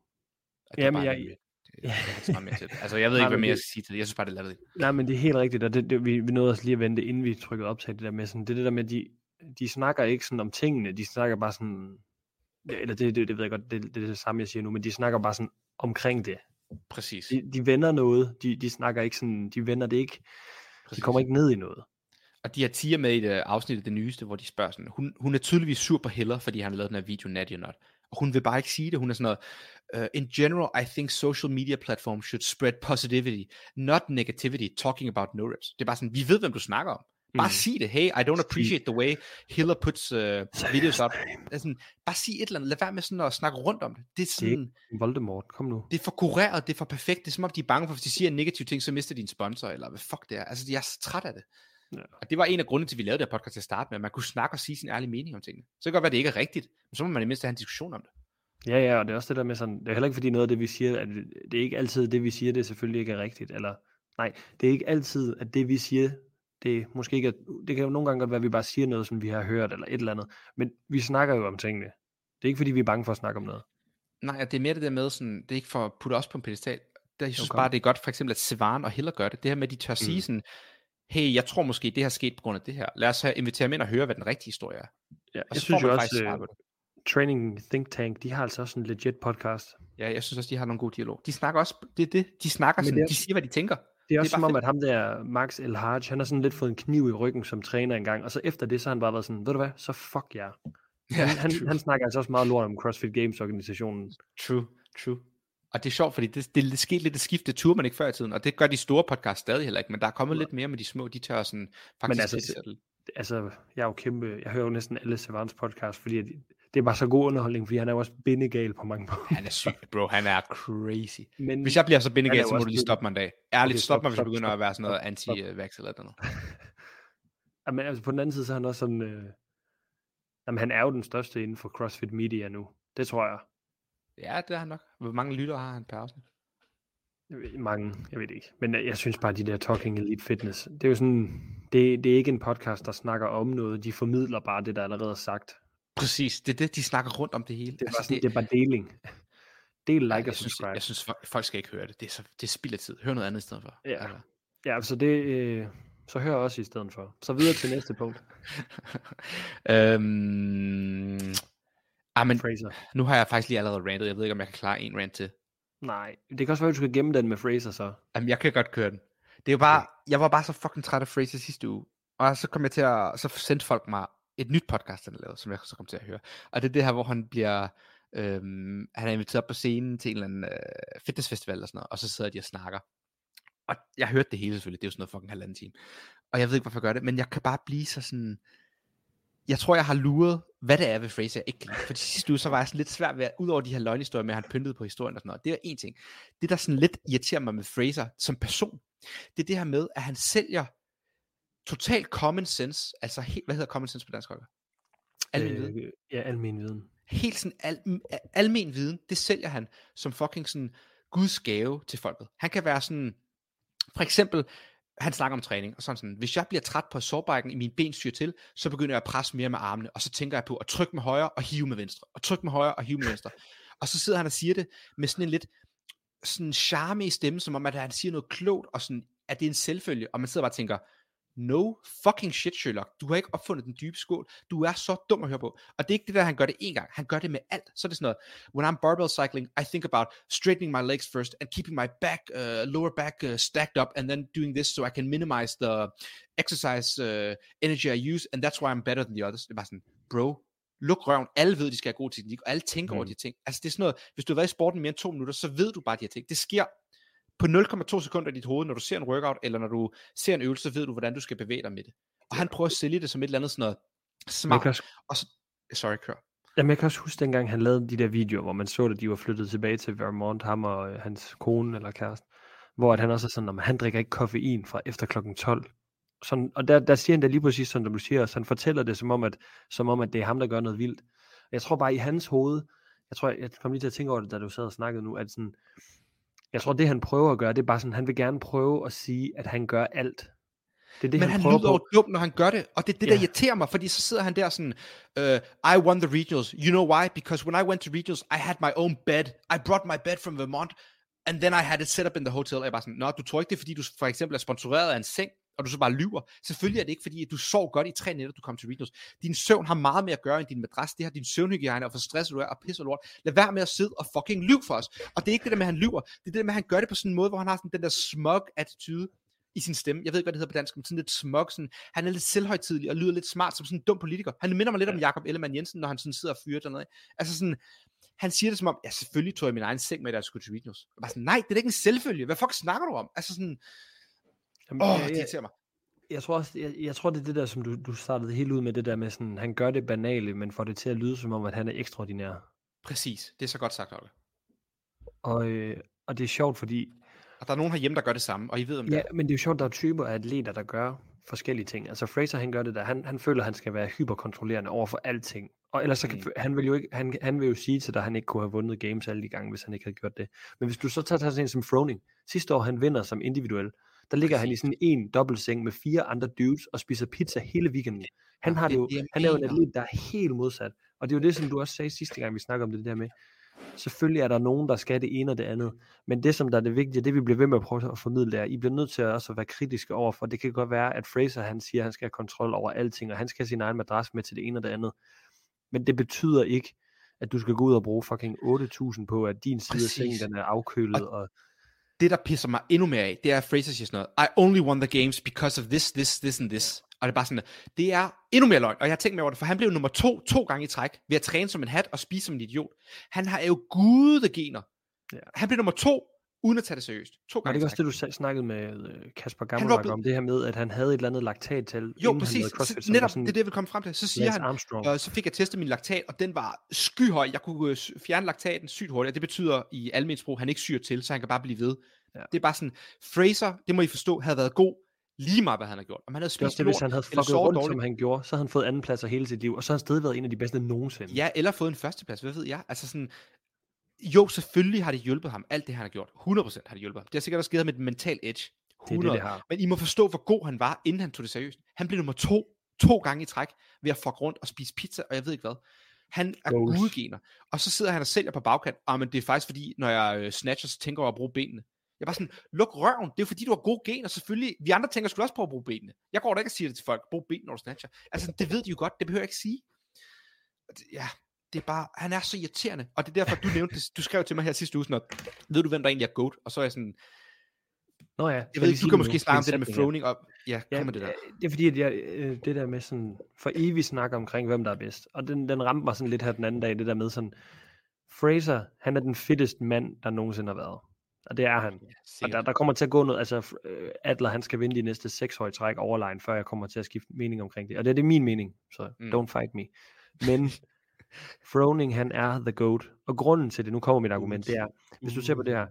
Jamen, jeg... Jeg, jeg, mere til det. Altså, jeg ved ikke, hvad mere jeg skal sige til det. Jeg synes bare, det er latterligt. Nej, men det er helt rigtigt, og det, det, vi, vi nåede os lige at vente, inden vi trykkede optag det der med sådan, det er det der med, de, de snakker ikke sådan om tingene, de snakker bare sådan, eller det, det, det ved jeg godt, det, det er det samme, jeg siger nu, men de snakker bare sådan omkring det. Præcis. De, de vender noget, de, de snakker ikke sådan, de vender det ikke, Præcis. De kommer ikke ned i noget. Og de har Tia med i det afsnit af det nyeste, hvor de spørger sådan, hun, hun er tydeligvis sur på Hiller, fordi han har lavet den her video, Natty or Not. Og hun vil bare ikke sige det. Hun er sådan noget, uh, in general, I think social media platforms should spread positivity, not negativity, talking about no reps. Det er bare sådan, vi ved, hvem du snakker om. Bare mm. sig det. Hey, I don't appreciate the way Hiller puts uh, videos up. Sådan, bare sig et eller andet. Lad være med sådan at snakke rundt om det. Det er sådan... Det er Voldemort, kom nu. Det er for kureret, det er for perfekt. Det er som om, de er bange for, hvis de siger en negativ ting, så mister de en sponsor, eller hvad fuck det er. Altså, jeg er så træt af det. Ja. Og det var en af grundene til, at vi lavede det her podcast til at starte med, at man kunne snakke og sige sin ærlige mening om tingene. Så kan det godt være, at det ikke er rigtigt, men så må man i mindst have en diskussion om det. Ja, ja, og det er også det der med sådan, det er heller ikke fordi noget af det, vi siger, at det er ikke altid det, vi siger, det selvfølgelig ikke er rigtigt, eller nej, det er ikke altid, at det, vi siger, det måske ikke er, det kan jo nogle gange godt være, at vi bare siger noget, som vi har hørt, eller et eller andet, men vi snakker jo om tingene. Det er ikke fordi, vi er bange for at snakke om noget. Nej, det er mere det der med, sådan, det er ikke for at putte os på en pedestal. Jeg synes okay. bare, det er godt, for eksempel, at Sevan og Hiller gør det. Det her med, at de tør mm. sige sådan, hey, jeg tror måske, det har sket på grund af det her. Lad os have, invitere dem ind og høre, hvad den rigtige historie er. Ja, jeg synes jo også, uh, Training Think Tank, de har altså også en legit podcast. Ja, jeg synes også, de har nogle gode dialog. De snakker også, det er det, de snakker sådan, er, de siger, hvad de tænker. Det er også det er som om, fedt. At ham der, Max El Haj, han har sådan lidt fået en kniv i ryggen som træner engang, og så efter det, så har han bare været sådan, ved du hvad, så fuck jer. Ja, han, han, han snakker altså også meget lort om CrossFit Games organisationen. True, true. Og det er sjovt, fordi det, det, det skete lidt et skifte, det turde man ikke før i tiden, og det gør de store podcasts stadig heller ikke, men der er kommet ja. lidt mere med de små, de tør sådan faktisk... Men altså, altså, jeg er jo kæmpe, jeg hører jo næsten alle Sevans podcast, fordi det, det er bare så god underholdning, fordi han er jo også bindegal på mange punkter. Han er syg, bro, han er crazy. Men, hvis jeg bliver så bindegal, så må du lige stoppe mig en dag. Ærligt, okay, stop, stop mig, hvis du begynder stop, at være sådan noget anti-vax eller noget. Jamen altså, på den anden side, så er han også sådan, øh, jamen han er jo den største inden for CrossFit Media nu, det tror jeg. Ja, det er han nok. Hvor mange lyttere har han per afsnit? Mange, jeg ved ikke. Men jeg synes bare, de der Talking Elite Fitness, det er jo sådan, det, det er ikke en podcast, der snakker om noget. De formidler bare det, der allerede er sagt. Præcis, det er det, de snakker rundt om det hele. Det er, altså, sådan, det, det er bare deling. Del, like ja, og subscribe. Jeg synes, folk skal ikke høre det. Det er, så, det er spild af tid. Hør noget andet i stedet for. Ja, altså. Ja, så det... Øh, så hør også i stedet for. Så videre til næste punkt. øhm... Ah, men Fraser. nu har jeg faktisk lige allerede rantet. Jeg ved ikke, om jeg kan klare en rant til. Nej, det kan også være, at du skal gemme den med Fraser så. Jamen, jeg kan godt køre den. Det er jo bare, okay. Jeg var bare så fucking træt af Fraser sidste uge. Og så kom jeg til at, så sendte folk mig et nyt podcast, han har lavet, som jeg så kom til at høre. Og det er det her, hvor han bliver, øhm, han er inviteret op på scenen til en eller anden øh, fitnessfestival eller sådan noget, og så sidder de og snakker. Og jeg hørte det hele selvfølgelig, det er jo sådan noget fucking halvanden time. Og jeg ved ikke, hvorfor jeg gør det, men jeg kan bare blive så sådan, jeg tror, jeg har luret, hvad det er ved Fraser, jeg ikke kan lide. For sidste uge, så var jeg sådan lidt svært ved, at ud over de her løgnhistorier med, at han pyntede på historien og sådan noget. Det er en ting. Det, der sådan lidt irriterer mig med Fraser som person, det er det her med, at han sælger total common sense, altså helt, hvad hedder common sense på dansk, Holger? Almen viden. Øh, ja, almen viden. Helt sådan al, almen viden, det sælger han som fucking sådan Guds gave til folket. Han kan være sådan, for eksempel, han snakker om træning, og sådan sådan, hvis jeg bliver træt på sårbiken, i mine ben styrer til, så begynder jeg at presse mere med armene, og så tænker jeg på at trykke med højre og hive med venstre, og trykke med højre og hive med venstre. Og så sidder han og siger det med sådan en lidt sådan charme i stemmen, som om at han siger noget klogt, og sådan, at det er en selvfølge, og man sidder bare og tænker, no fucking shit, Sherlock. Du har ikke opfundet den dybe skål. Du er så dum at høre på. Og det er ikke det der, han gør det en gang. Han gør det med alt. Så er det sådan noget, when I'm barbell cycling, I think about straightening my legs first and keeping my back, uh, lower back uh, stacked up and then doing this so I can minimize the exercise uh, energy I use, and that's why I'm better than the others. Det er bare sådan, bro, luk røven. Alle ved, de skal have god teknik, og alle tænker mm. over de ting. Altså det er sådan noget, hvis du har været i sporten mere end to minutter, så ved du bare de her ting. Det sker på nul komma to sekunder i dit hoved, når du ser en workout, eller når du ser en øvelse, så ved du, hvordan du skal bevæge dig med det. Og han prøver at sælge det som et eller andet sådan noget smart. Også... Og så... Sorry, kør. Jamen, jeg kan også huske dengang, han lavede de der videoer, hvor man så, at de var flyttet tilbage til Vermont, ham og øh, hans kone eller kæreste, hvor at han også er sådan, at han drikker ikke koffein fra efter klokken tolv. Sådan, og der, der siger han da lige præcis, sådan, som du siger, så han fortæller det som om, at, som om, at det er ham, der gør noget vildt. Jeg tror bare, i hans hoved, jeg tror, jeg kom lige til at tænke over det, da du sad og snakkede nu, at sådan, jeg tror, det han prøver at gøre, det er bare sådan, han vil gerne prøve at sige, at han gør alt. Det er det, men han, han lyder jo dumt, når han gør det, og det er det, der yeah. irriterer mig, fordi så sidder han der sådan, uh, I won the regionals, you know why? Because when I went to regionals, I had my own bed, I brought my bed from Vermont, and then I had it set up in the hotel. Jeg er bare sådan, nå, du tror ikke det er, fordi du for eksempel er sponsoreret af en seng, og du så bare lyver. Selvfølgelig er det ikke, fordi du sov godt i tre nætter, du kom til regionals. Din søvn har meget mere at gøre end din madras. Det har din søvnhygiejne, og for stresset du er, og pisse og lort. Lad være med at sidde og fucking lyv for os. Og det er ikke det der med, at han lyver. Det er det der med, at han gør det på sådan en måde, hvor han har sådan den der smug attitude i sin stemme. Jeg ved ikke, hvad det hedder på dansk, men sådan lidt smug. Sådan, han er lidt selvhøjtidlig og lyder lidt smart som sådan en dum politiker. Han minder mig lidt om Jakob Ellemann Jensen, når han sådan sidder og fyrer eller noget. Altså sådan, han siger det som om, ja, selvfølgelig tog jeg min egen seng med, da jeg skulle til regionals. Jeg bare sådan, nej, det er ikke en selvfølge. Hvad fuck snakker du om? Altså sådan, åh, oh, det irriterer mig. Jeg tror også, jeg, jeg tror det er det der, som du, du startede helt ud med, det der med sådan, han gør det banale, men får det til at lyde som om, at han er ekstraordinær. Præcis, det er så godt sagt, Holger. Og, øh, og det er sjovt, fordi... Og der er nogen herhjemme, der gør det samme, og I ved om ja, det. Men det er jo sjovt, der er typer af atleter, der gør forskellige ting. Altså Fraser, han gør det der, han, han føler, at han skal være hyperkontrollerende over for alting. Og ellers så kan, mm. han vil jo ikke, han, han vil jo sige til dig, at han ikke kunne have vundet games alle de gange, hvis han ikke havde gjort det. Men hvis du så tager sådan en som Froning, sidste år han vinder som individuel, der ligger han i sådan en dobbeltseng med fire andre dudes og spiser pizza hele weekenden. Han, ja, har det jo, det, han er jo en atlet, der er helt modsat. Og det er jo det, som du også sagde sidste gang, vi snakkede om det, det der med. Selvfølgelig er der nogen, der skal det ene og det andet. Men det, som der er det vigtige, det vi bliver ved med at prøve at formidle, er, at I bliver nødt til at også at være kritiske over for. Det kan godt være, at Fraser, han siger, at han skal have kontrol over alting, og han skal have sin egen madras med til det ene og det andet. Men det betyder ikke, at du skal gå ud og bruge fucking otte tusind på, at din side af sengen, den er afkølet. Og, og det, der pisser mig endnu mere af, det er, at Fraser siger sådan noget, I only won the games because of this, this, this and this. Og det er bare sådan, det er endnu mere løgn. Og jeg har tænkt mig over det, for han blev nummer to, to gange i træk, ved at træne som en hat og spise som en idiot. Han har jo gudegener. Ja. Han blev nummer to, uden at tage det seriøst. To gange. Nej, det er også det, du selv snakkede med Kasper Gammelmark blevet... om, det her med, at han havde et eller andet laktattal. Jo, præcis. CrossFit, så, netop, sådan... det er det, jeg vil komme frem til. Så siger Lance han, øh, så fik jeg testet min laktat, og den var skyhøj. Jeg kunne fjerne laktaten sygt hurtigt, og det betyder i almensprog, han ikke syr til, så han kan bare blive ved. Ja. Det er bare sådan, Fraser, det må I forstå, havde været god, lige meget hvad han har gjort. Om han havde spist det, hvis han havde fucket rundt, dårligt, som han gjorde, så havde han fået andenpladser hele sit liv, og så har han stadig været en af de bedste nogensinde. Ja, eller fået en førsteplads, hvad ved jeg. Altså sådan, jo, selvfølgelig har det hjulpet ham, alt det han har gjort. hundrede procent har det hjulpet ham. Det har sikkert også givet ham et mental edge. hundrede. Det er det, det har. Men I må forstå, hvor god han var, inden han tog det seriøst. Han blev nummer to, to gange i træk, ved at fuck rundt og spise pizza, og jeg ved ikke hvad. Han er gudegener. Og så sidder han og sælger på bagkant. Ah, men det er faktisk fordi, når jeg øh, snatcher, så tænker jeg at bruge benene. Jeg er bare sådan, luk røven, det er fordi du har gode gener, selvfølgelig. Vi andre tænker sgu også på at bruge benene. Jeg går da ikke og siger det til folk, brug ben, når du snatcher. Altså, det ved de jo godt, det behøver jeg ikke sige. Ja, det er bare, han er så irriterende, og det er derfor, du nævnte det, du skrev til mig her sidste uge, sådan noget, ved du, hvem der egentlig er GOAT? Og så er jeg sådan, Nå ja, jeg ved ikke, du kan måske snakke om det der med Froning, og ja, ja, kommer det der. Det er fordi, at jeg, det der med sådan, for evigt snakker omkring, hvem der er bedst, og den, den ramte mig sådan lidt her den anden dag, det der med sådan, Fraser, han er den fitteste mand, der nogensinde har været. Og det er han. Ja, og der, der kommer til at gå noget, altså Adler, han skal vinde de næste seks år i træk overline, før jeg kommer til at skifte mening omkring det. Og det er det min mening, så mm. don't fight me. Men Froning, han er the GOAT. Og grunden til det, nu kommer mit argument, det er, hvis du ser på det her,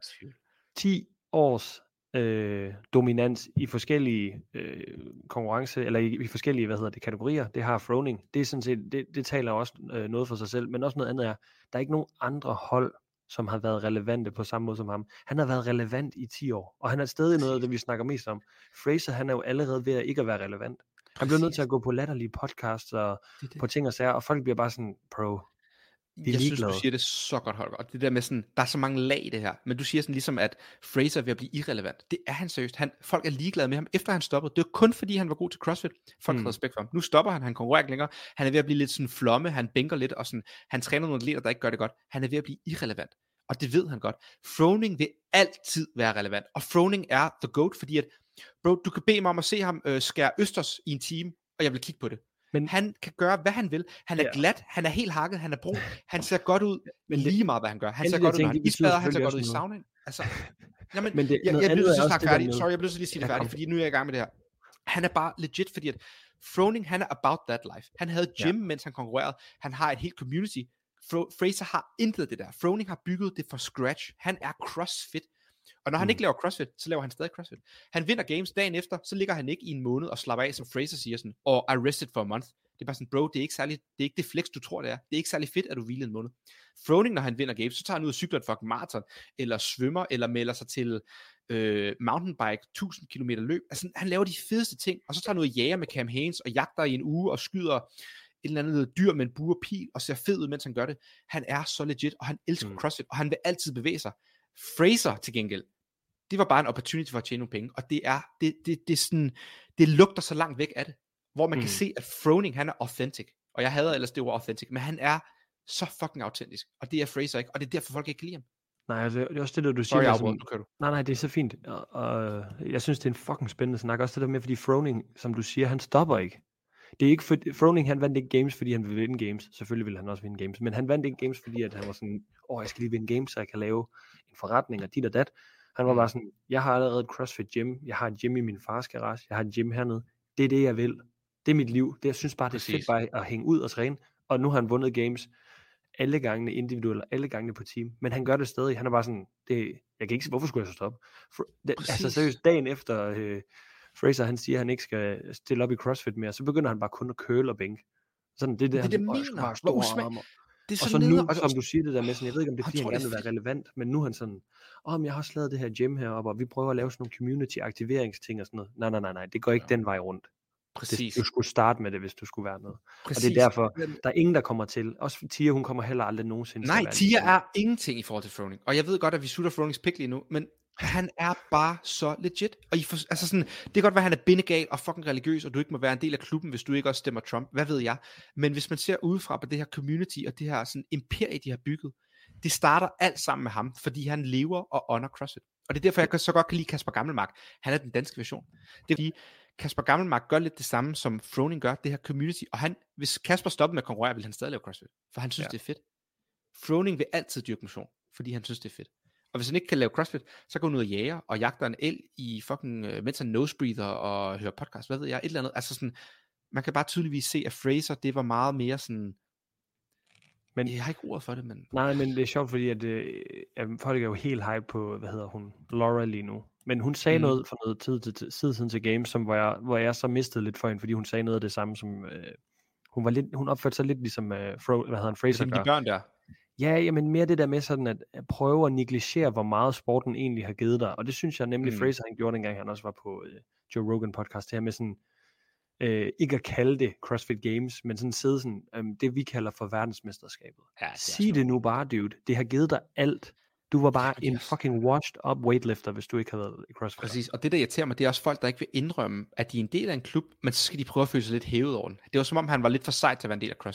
ti års øh, dominans i forskellige øh, konkurrence, eller i, i forskellige, hvad hedder det, kategorier, det har Froning. Det er sådan set, det, det taler også øh, noget for sig selv, men også noget andet er, der er ikke nogen andre hold, som har været relevante på samme måde som ham. Han har været relevant i ti år, og han er stadig noget af det, vi snakker mest om. Fraser, han er jo allerede ved at ikke at være relevant. Han bliver nødt til at gå på latterlige podcasts og det det. på ting og sager, og folk bliver bare sådan, bro, jeg ligeglade. Synes, du siger det så godt, Holger. Og det der med sådan, der er så mange lag i det her, men du siger sådan ligesom, at Fraser er ved at blive irrelevant. Det er han seriøst. Han, folk er ligeglade med ham, efter han stoppede. Det var kun fordi, han var god til CrossFit. Folk mm. har respekt for ham. Nu stopper han, han konkurrerer ikke længere. Han er ved at blive lidt sådan flomme, han bænker lidt, og sådan, han træner nogle atleter, der ikke gør det godt. Han er ved at blive irrelevant. Og det ved han godt. Froning vil altid være relevant. Og Froning er the GOAT, fordi at, bro, du kan bede mig om at se ham øh, skære østers i en time, og jeg vil kigge på det. Men han kan gøre, hvad han vil. Han er ja. glat, han er helt hakket, han er brun, han ser godt ud, men det, lige meget, hvad han gør. Han ser godt ud, når han isbader, han ser godt ud i saunaen. Altså, jamen, men det, jeg, jeg bliver nødt til at snakke færdigt. Sorry, jeg bliver nødt til at sige det færdigt, fordi nu er jeg i gang med det her. Han er bare legit, fordi at Froning, han er about that life. Han havde gym, ja. mens han konkurrerede. Han har et helt community. Fraser har intet det der. Froning har bygget det fra scratch. Han er CrossFit. Og når han mm. ikke laver CrossFit, så laver han stadig CrossFit. Han vinder games dagen efter, så ligger han ikke i en måned og slapper af, som Fraser siger sådan, og I rested for a month. Det er bare sådan, bro, det er ikke særlig, det er ikke det flex, du tror det er. Det er ikke særlig fedt, at du hviler en måned. Froning, når han vinder games, så tager han ud og cykler et fucking maraton, eller svømmer, eller melder sig til øh, mountainbike, tusind kilometer løb. Altså, han laver de fedeste ting, og så tager han ud og jager med Cam Hanes, og jagter i en uge, og skyder et eller andet dyr med en bue og pil, og ser fed ud, mens han gør det. Han er så legit, og han elsker mm. CrossFit, og han vil altid bevæge sig. Fraser til gengæld, det var bare en opportunity for at tjene nogle penge, og det er, det, det, det er sådan, det lugter så langt væk af det, hvor man mm. kan se, at Froning, han er authentic, og jeg hader ellers det ord authentic, men han er så fucking autentisk, og det er Fraser ikke, og det er derfor folk ikke kan lide ham. Nej, altså, det er også det, der du siger. Sorry, som, du kan du. Nej, nej, det er så fint, og, og jeg synes, det er en fucking spændende snak, også det der med, fordi Froning, som du siger, han stopper ikke. Det er ikke for, Froning, han vandt ikke games, fordi han ville vinde games. Selvfølgelig ville han også vinde games, men han vandt ikke games, fordi at han var sådan, åh, jeg skal lige vinde games, så jeg kan lave en forretning, og dit og dat. Han var bare sådan, jeg har allerede et CrossFit gym, jeg har et gym i min fars garage, jeg har et gym hernede. Det er det, jeg vil. Det er mit liv. Det, jeg synes bare, det er Præcis. fedt bare at hænge ud og træne. Og nu har han vundet games alle gangene individuelt, alle gangene på team. Men han gør det stadig. Han er bare sådan, det, jeg kan ikke se, hvorfor skulle jeg så stoppe? For, det, altså seriøst, dagen efter øh, Fraser, han siger, at han ikke skal stille op i CrossFit mere, så begynder han bare kun at curl og bænke. Sådan, det er det, det, han det mener. Hvor usmag. Det er og så nu, og som du siger det der med sådan, jeg ved ikke om det er fordi han, han gerne vil være relevant, men nu er han sådan, åh, oh, jeg har også lavet det her gym heroppe, og vi prøver at lave sådan nogle community aktiveringsting og sådan noget. Nej, nej, nej, nej, det går ikke ja. den vej rundt. Præcis. Det, du skulle starte med det, hvis du skulle være noget. Præcis. Og det er derfor, der er ingen, der kommer til. Også Tia, hun kommer heller aldrig nogensinde Nej, Tia er ingenting i forhold til Froning. Og jeg ved godt, at vi sutter Fronings pick lige nu, men han er bare så legit. Og I for, altså sådan, det kan godt være, at han er bindegal og fucking religiøs, og du ikke må være en del af klubben, hvis du ikke også stemmer Trump. Hvad ved jeg? Men hvis man ser udefra på det her community, og det her sådan imperie, de har bygget, det starter alt sammen med ham, fordi han lever og honor CrossFit. Og det er derfor, jeg så godt kan lide Kasper Gammelmark. Han er den danske version. Det er fordi, Kasper Gammelmark gør lidt det samme, som Froning gør, det her community. Og han, hvis Kasper stopper med at konkurrere, vil han stadig lave CrossFit. For han synes, ja. det er fedt. Froning vil altid dyrke motion, fordi han synes, det er fedt. Og hvis han ikke kan lave CrossFit, så går han ud og jager, og jagter en el i fucking, mens han nosebreather og hører podcast, hvad ved jeg, et eller andet. Altså sådan, man kan bare tydeligvis se, at Fraser, det var meget mere sådan, men jeg har ikke ordet for det, men... Nej, men det er sjovt, fordi at, øh, at folk er jo helt hype på, hvad hedder hun, Laura lige nu. Men hun sagde mm. noget for noget tid til, tid siden til Games, som hvor jeg, hvor jeg så mistede lidt for hende, fordi hun sagde noget af det samme, som... Øh, hun, var lidt, hun opførte sig lidt ligesom, øh, Fro, hvad hedder han, Fraser som de børn der. Ja, jamen mere det der med sådan, at, at prøve at negligere, hvor meget sporten egentlig har givet dig. Og det synes jeg nemlig, mm. Fraser han gjorde, dengang han også var på øh, Joe Rogan podcast, det her med sådan... Øh, ikke at kalde det CrossFit Games, men sådan sidde sådan, øhm, det vi kalder for verdensmesterskabet. Ja, det Sig det nu bare, dude. Det har givet dig alt. Du var bare en fucking washed up weightlifter, hvis du ikke havde været i CrossFit. Præcis, og det der irriterer mig, det er også folk, der ikke vil indrømme, at de er en del af en klub, men så skal de prøve at føle sig lidt hævet over den. Det var som om, han var lidt for sej til at være en del af CrossFit.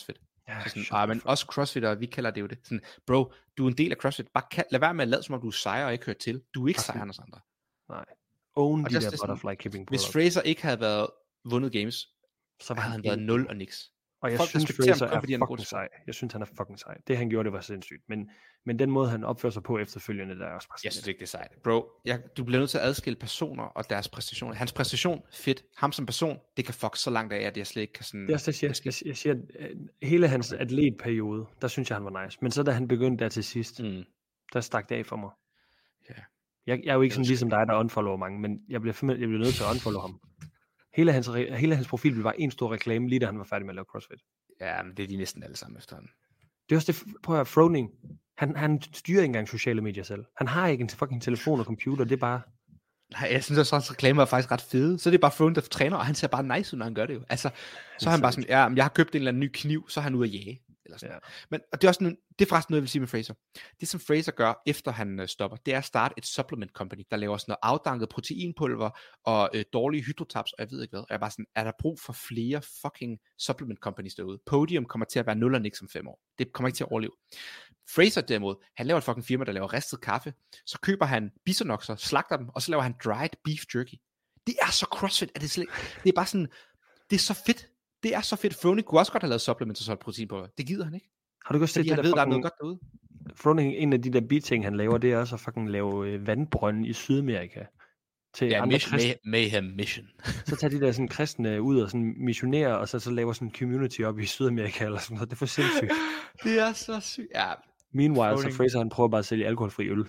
Ja, så sådan, shut ah, the men fuck også crossfitter, vi kalder det jo det. Sådan, bro, du er en del af CrossFit. Bare kald, lad være med at lade som om du er sejr og ikke hører til. Du er ikke Præcis. sejr hos andre. Nej. Own Og de det er der det sådan, butterfly keeping hvis pull-ups. Fraser ikke havde været vundet games, Så var havde han han været en- nul og niks. Og jeg Folk synes, respekterer Fraser ham kun, er fordi han er god fucking til sport. sej. Jeg synes, han er fucking sej. Det, han gjorde, det var sindssygt. Men, men den måde, han opfører sig på efterfølgende, der er også bare Jeg sådan synes ikke, det er sejt. Bro, jeg, du bliver nødt til at adskille personer og deres præstationer. Hans præstation, fedt. Ham som person, det kan fuck så langt af, at jeg slet ikke kan sådan... Det er også det, jeg siger. Jeg, jeg siger, at hele hans atletperiode, der synes jeg, han var nice. Men så da han begyndte der til sidst, Mm. der stak det af for mig. Ja. Jeg, jeg er jo ikke sådan ligesom dig, der unfollower mange, men jeg bliver, jeg bliver nødt til at unfollow ham. Hele hans, re- hele hans profil blev bare en stor reklame, lige da han var færdig med at lave CrossFit. Ja, men det er de næsten alle sammen efterhånden. Det er også det, prøv at høre, Froning, han, han styrer ikke engang sociale medier selv. Han har ikke en fucking telefon og computer, det er bare... Nej, jeg synes også, at hans reklamer er faktisk ret fede. Så er det bare Froning, der træner, og han ser bare nice ud, når han gør det jo. Altså, så er han bare sådan, ja, jeg har købt en eller anden ny kniv, så er han ude at jage. Eller sådan. Ja. Men og det er også noget, det er faktisk noget, jeg vil sige med Fraser. Det som Fraser gør, efter han øh, stopper, det er at starte et supplement company, der laver sådan noget afdanket proteinpulver og øh, dårlige hydrotabs, og jeg ved ikke hvad. Og jeg er bare sådan, er der brug for flere fucking supplement companies derude? Podium kommer til at være nul og niks om fem år. Det kommer ikke til at overleve. Fraser derimod, han laver et fucking firma, der laver ristet kaffe. Så køber han bisonokser, slagter dem, og så laver han dried beef jerky. Det er så CrossFit, at det slet det er bare sådan, det er så fedt. Det er så fedt. Froning kunne også godt have lavet supplements og solgt proteinpulver. Det gider han ikke. Har du også set Fordi det han der ved, der er fucking... noget godt derude. Froning, en af de der biting, han laver, det er også at fucking lave øh, vandbrønde i Sydamerika. Til Ja, andre mission, kristne. may, mayhem mission. Så tager de der sådan kristne ud og sådan missionerer, og så, så laver sådan en community op i Sydamerika eller sådan noget. Det er for sindssygt. Det er så sygt. Ja, Meanwhile, Froning. så Fraser han prøver bare at sælge alkoholfri øl.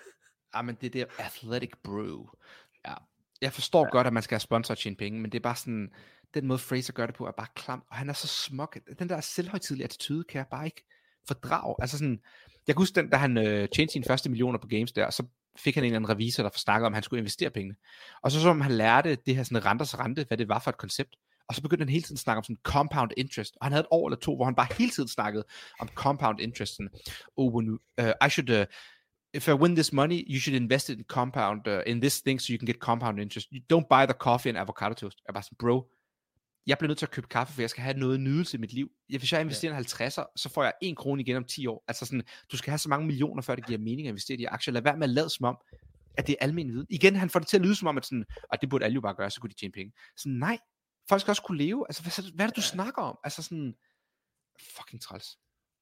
ja, men det der athletic brew. Ja, jeg forstår ja. godt, at man skal have sponsor og tjene penge, men det er bare sådan, den måde Fraser gør det på, er bare klam, og han er så smuk. Den der selvhøjtidelige attitude kan jeg bare ikke fordrage. Altså sådan, jeg kan huske den, da han øh, tjente sine første millioner på games der, så fik han en eller anden revisor, der snakkede om, at han skulle investere pengene. Og så som han lærte det her sådan renters rente, hvad det var for et koncept. Og så begyndte han hele tiden at snakke om sådan compound interest. Og han havde et år eller to, hvor han bare hele tiden snakkede om compound interest. Sådan, oh, when you, uh, I should, uh, if I win this money, you should invest it in compound, uh, in this thing, so you can get compound interest. You don't buy the coffee and avocado toast. Jeg er bare sådan, bro, jeg bliver nødt til at købe kaffe, for jeg skal have noget nydelse i mit liv. Hvis jeg investerer en halvtredser, så får jeg en krone igen om ti år. Altså sådan, du skal have så mange millioner, før det giver mening at investere i aktier. Lad være med at lade som om, at det er almindelig viden. Igen, han får det til at lyde som om, at sådan, og det burde alle jo bare gøre, så kunne de tjene penge. Sådan, nej, folk skal også kunne leve. Altså, hvad, hvad er det, du snakker om? Altså sådan, fucking træls.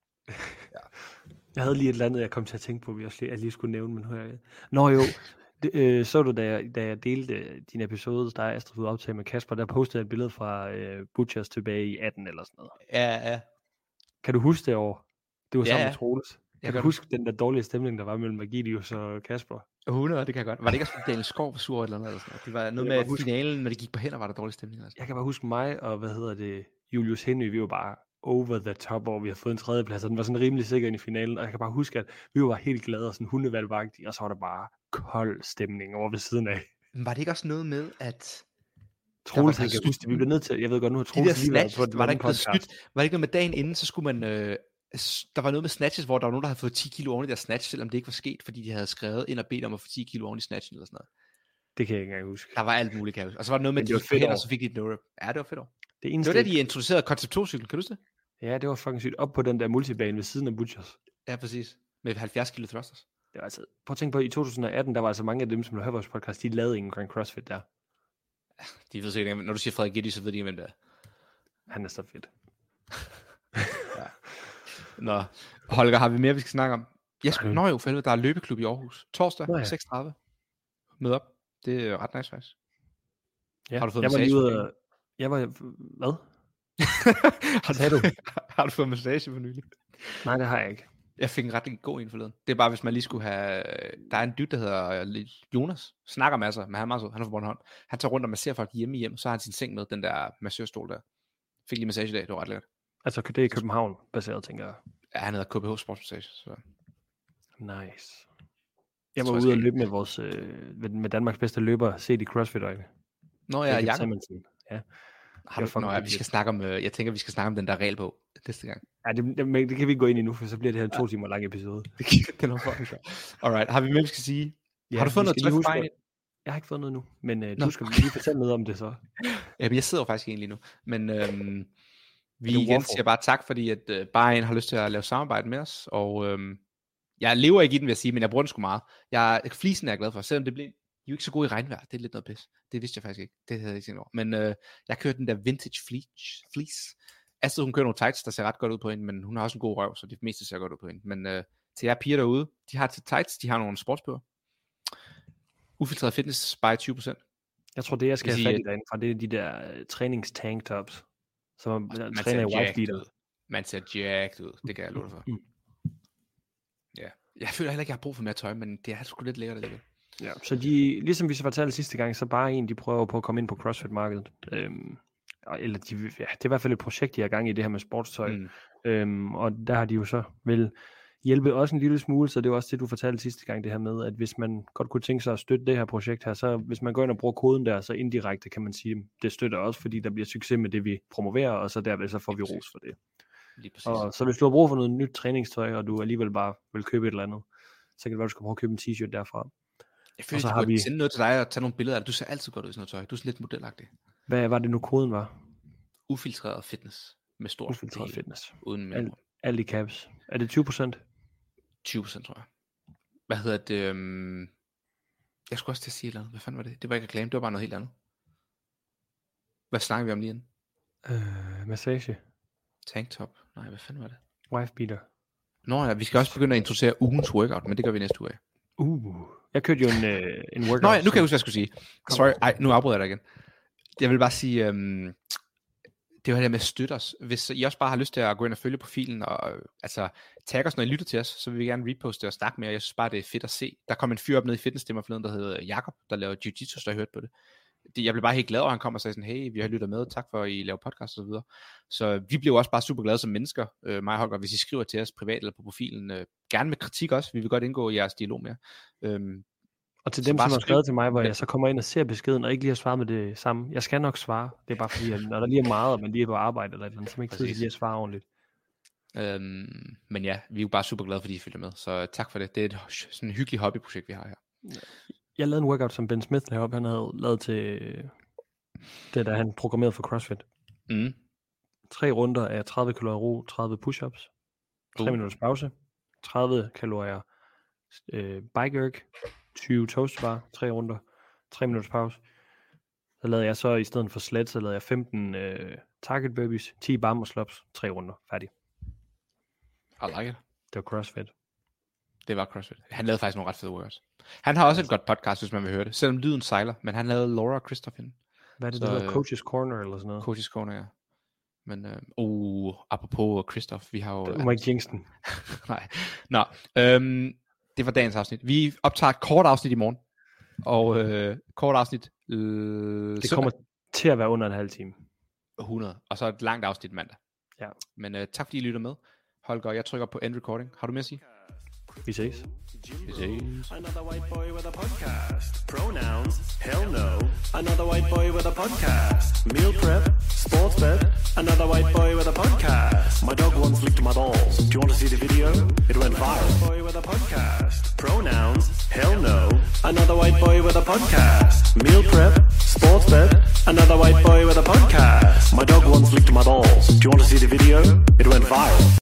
Ja. Jeg havde lige et eller andet, jeg kom til at tænke på, vi også lige, jeg lige skulle nævne, men nu jeg... Nå jo, det, øh, så du, da jeg, da jeg delte din episode, der er Astrid Fod optaget med Kasper, der postede jeg et billede fra øh, Butchers tilbage i atten eller sådan noget. Ja, ja. Kan du huske det år? Det var Ja, sammen ja. med Troels. Kan du huske den der dårlige stemning, der var mellem Magidius og Kasper? hundrede, det kan jeg godt. Var det ikke også, Daniel Skov var sur eller noget? Eller sådan noget? Det var noget med, at huske... finalen, når det gik på hænder, var der dårlig stemning. Altså. Jeg kan bare huske mig og, hvad hedder det, Julius Henry, vi var bare over the top, hvor vi har fået en tredjeplads, og den var sådan rimelig sikker ind i finalen, og jeg kan bare huske, at vi var helt glade og sådan hundevalgvagtige, og så var der bare kold stemning over ved siden af. Men var det ikke også noget med, at Troels, han kan huske det, vi blev nødt til, jeg ved godt, nu har Troels lige været på var der ikke blevet snydt? Var det ikke noget med dagen inden, så skulle man, øh, der var noget med snatches, hvor der var nogen, der havde fået ti kilo oven i deres snatch, selvom det ikke var sket, fordi de havde skrevet ind og bedt om at få ti kilo oven i snatchen eller sådan noget. Det kan jeg ikke engang huske. Der var alt muligt, kan jeg huske. Og så var der noget med, at de gik på hænder, så fik de et no-rip. Ja, det var fedt år. Det, det var det, de introducerede koncept to-cyklen, kan du huske det? Ja, det var fucking sygt. Op på den der multibane ved siden af Butchers. Ja, præcis. Med halvfjerds kilo thrusters. Det var altså, prøv at tænke på, i to tusind atten, der var altså mange af dem, som har hørt vores podcast, de lavede ingen Grand CrossFit der. De ved sikkert, når du siger Frederik Gitti, så ved de ikke, hvem det er. Han er så fedt. Ja. Nå, Holger, har vi mere, vi skal snakke om? Jeg skal, nå jo, for helvede, der er løbeklub i Aarhus. Torsdag, ja. seks tredive. Mød op. Det er ret nice, faktisk. Ja. Har du fået jeg massage? Var lige ude, jeg var, hvad? har, du, du? har du fået massage for nylig? Nej, det har jeg ikke. Jeg fik en ret god en forleden. Det er bare, hvis man lige skulle have... Der er en dyt, der hedder Jonas. Snakker masser, men han er meget sød. Han er fra Bornholm. Han tager rundt og masserer folk hjemme hjem, så har han sin seng med, den der massørstol der. Fik lige massage i dag, det var ret lækkert. Altså, det er i København baseret, tænker jeg. Ja, han hedder K B H Sportsmassage. Så. Nice. Jeg var ude og løbe med, vores, øh, med Danmarks bedste løber, set i CrossFit-øjne. Nå ja, Jakob. Ja. Har du, nå, ja, vi skal snakke om, øh, jeg tænker, vi skal snakke om den der regelbog næste gang. Ja, det, det, det kan vi ikke gå ind i nu, for så bliver det her en to timer lang episode. Det kan nok fucking sjovt. Alright, har vi mere, vi skal sige? Ja, har du fået noget tøj for vejen? Jeg har ikke fået noget nu, men øh, du skal lige fortælle noget om det så. Jamen, jeg sidder jo faktisk ikke lige nu, men øhm, Vi igen siger bare tak, fordi at uh, bare en har lyst til at lave samarbejde med os, og øhm, jeg lever ikke i den, vil jeg sige, men jeg bruger den sgu meget. Jeg, flisen er jeg glad for, selvom det blev jo ikke så god i regnvejr. Det er lidt noget pis. Det vidste jeg faktisk ikke. Det havde jeg ikke tænkt over. Men øh, jeg kørte den der vintage fleece. Astrid, hun kører nogle tights, der ser ret godt ud på hende, men hun har også en god røv, så det meste ser godt ud på hende. Men øh, til jer piger derude, de har til tights, de har nogle sportsbøger. Ufiltreret fitness, bare tyve procent. Jeg tror, det jeg skal have fat i derinde fra, det er de der uh, træningstanktops, som man, man træner i white beater. Man ser jacked ud, det kan jeg love dig for. Mm. Ja, jeg føler heller ikke, jeg har brug for mere tøj, men det er sgu lidt lækkert alligevel. Ja, så de, ligesom vi så fortalte sidste gang, så bare en, de prøver på at komme ind på CrossFit-markedet. Øhm, eller de, ja, det er i hvert fald et projekt, de har gang i det her med sportstøj. Mm. Øhm, og der har de jo så vel hjælpe også en lille smule, så det var også det, du fortalte sidste gang, det her med, at hvis man godt kunne tænke sig at støtte det her projekt her, så hvis man går ind og bruger koden der, så indirekte kan man sige, det støtter også, fordi der bliver succes med det, vi promoverer, og så derved så får vi ros for det. Lige præcis. Og så hvis du har brug for noget nyt træningstøj, og du alligevel bare vil købe et eller andet, så kan det være, du skal prøve at købe en t-shirt derfra. Jeg føler, at du vi... sende noget til dig og tage nogle billeder af det. Du ser altid godt ud i sådan noget tøj. Du er sådan lidt modelagtig. Hvad var det nu koden var? Ufiltreret fitness. Med stor Ufiltreret fitness. Uden Alt, alt i caps. Er det tyve procent? tyve procent tror jeg. Hvad hedder det? Um... Jeg skulle også til at sige et eller andet. Hvad fanden var det? Det var ikke reklame, det var bare noget helt andet. Hvad snakker vi om lige inden? Øh, massage. Tanktop. Nej, hvad fanden var det? Wife beater. Nå ja, vi skal også begynde at introducere ugens workout, men det gør vi næste uge af. Uh, jeg kørte jo en, øh, en workout. Nå ja, nu kan jeg huske, hvad jeg skulle sige. Sorry, ej, nu afbryder jeg dig igen. Jeg vil bare sige, øhm, det var det der med at støtte os. Hvis I også bare har lyst til at gå ind og følge profilen, og altså tagge os, når I lytter til os, så vil vi gerne reposte og snakke med jer. Jeg synes bare, det er fedt at se. Der kom en fyr op ned i Fitnessstemmer forleden, der hedder Jakob, der laver jiu-jitsu, så jeg hørte på det. det. Jeg blev bare helt glad, og han kom og sagde sådan, hey, vi har lyttet med, tak for, at I laver podcast og så videre. Så vi blev også bare super glade som mennesker, øh, mig og Holger, hvis I skriver til os privat eller på profilen. Øh, gerne med kritik også, vi vil godt indgå i jeres dialog med. Øhm, og til dem, som har skrevet til mig, hvor jeg så kommer ind og ser beskeden, og ikke lige har svaret med det samme. Jeg skal nok svare. Det er bare fordi, at når der lige er meget, og man lige er på arbejde, eller et eller andet, så man ikke tid til lige at svare ordentligt. Øhm, men ja, vi er jo bare super glade, fordi I følger med. Så tak for det. Det er et sådan et hyggeligt hobbyprojekt, vi har her. Jeg lavede en workout, som Ben Smith heroppe, han havde lavet til det, der han programmerede for CrossFit. Mm. Tre runder af tredive kalorier ro, tredive push-ups, tre uh. minutters pause, tredive kalorier øh, bike jerk, tyve toast bar, tre runder, tre minutters pause. Så lavede jeg så, i stedet for sled, så lavede jeg femten øh, target burpees, ti bar muscle ups, tre runder, færdig. I like it. Det var CrossFit. Det var CrossFit. Han lavede faktisk nogle ret fede workouts. Han har også et godt podcast, hvis man vil høre det. Selvom lyden sejler, men han lavede Laura Christophin. Hvad er det, så, der hedder? Coach's Corner eller sådan noget? Coach's Corner, ja. Men, øh, uh, apropos Christoph, vi har jo... Det var ikke jinxen. Nej. Nå, øhm, det var dagens afsnit. Vi optager et kort afsnit i morgen. Og øh, kort afsnit... Øh, det kommer søndag. Til at være under en halv time. hundrede. Og så et langt afsnit mandag. Ja. Men øh, tak fordi I lytter med. Holger, jeg trykker på end recording. Har du mere at sige? Vi ses. Vi ses. Another white boy with a podcast. Pronouns, hell no. Another white boy with a podcast. Meal prep, sports bet. Another white boy with a podcast. My dog once licked my balls. Do you want to see the video? It went viral. Boy with a podcast. Pronouns, hell no. Another white boy with a podcast. Meal prep, sports bet. Another white boy with a podcast. My dog once licked my balls. Do you want to see the video? It went viral.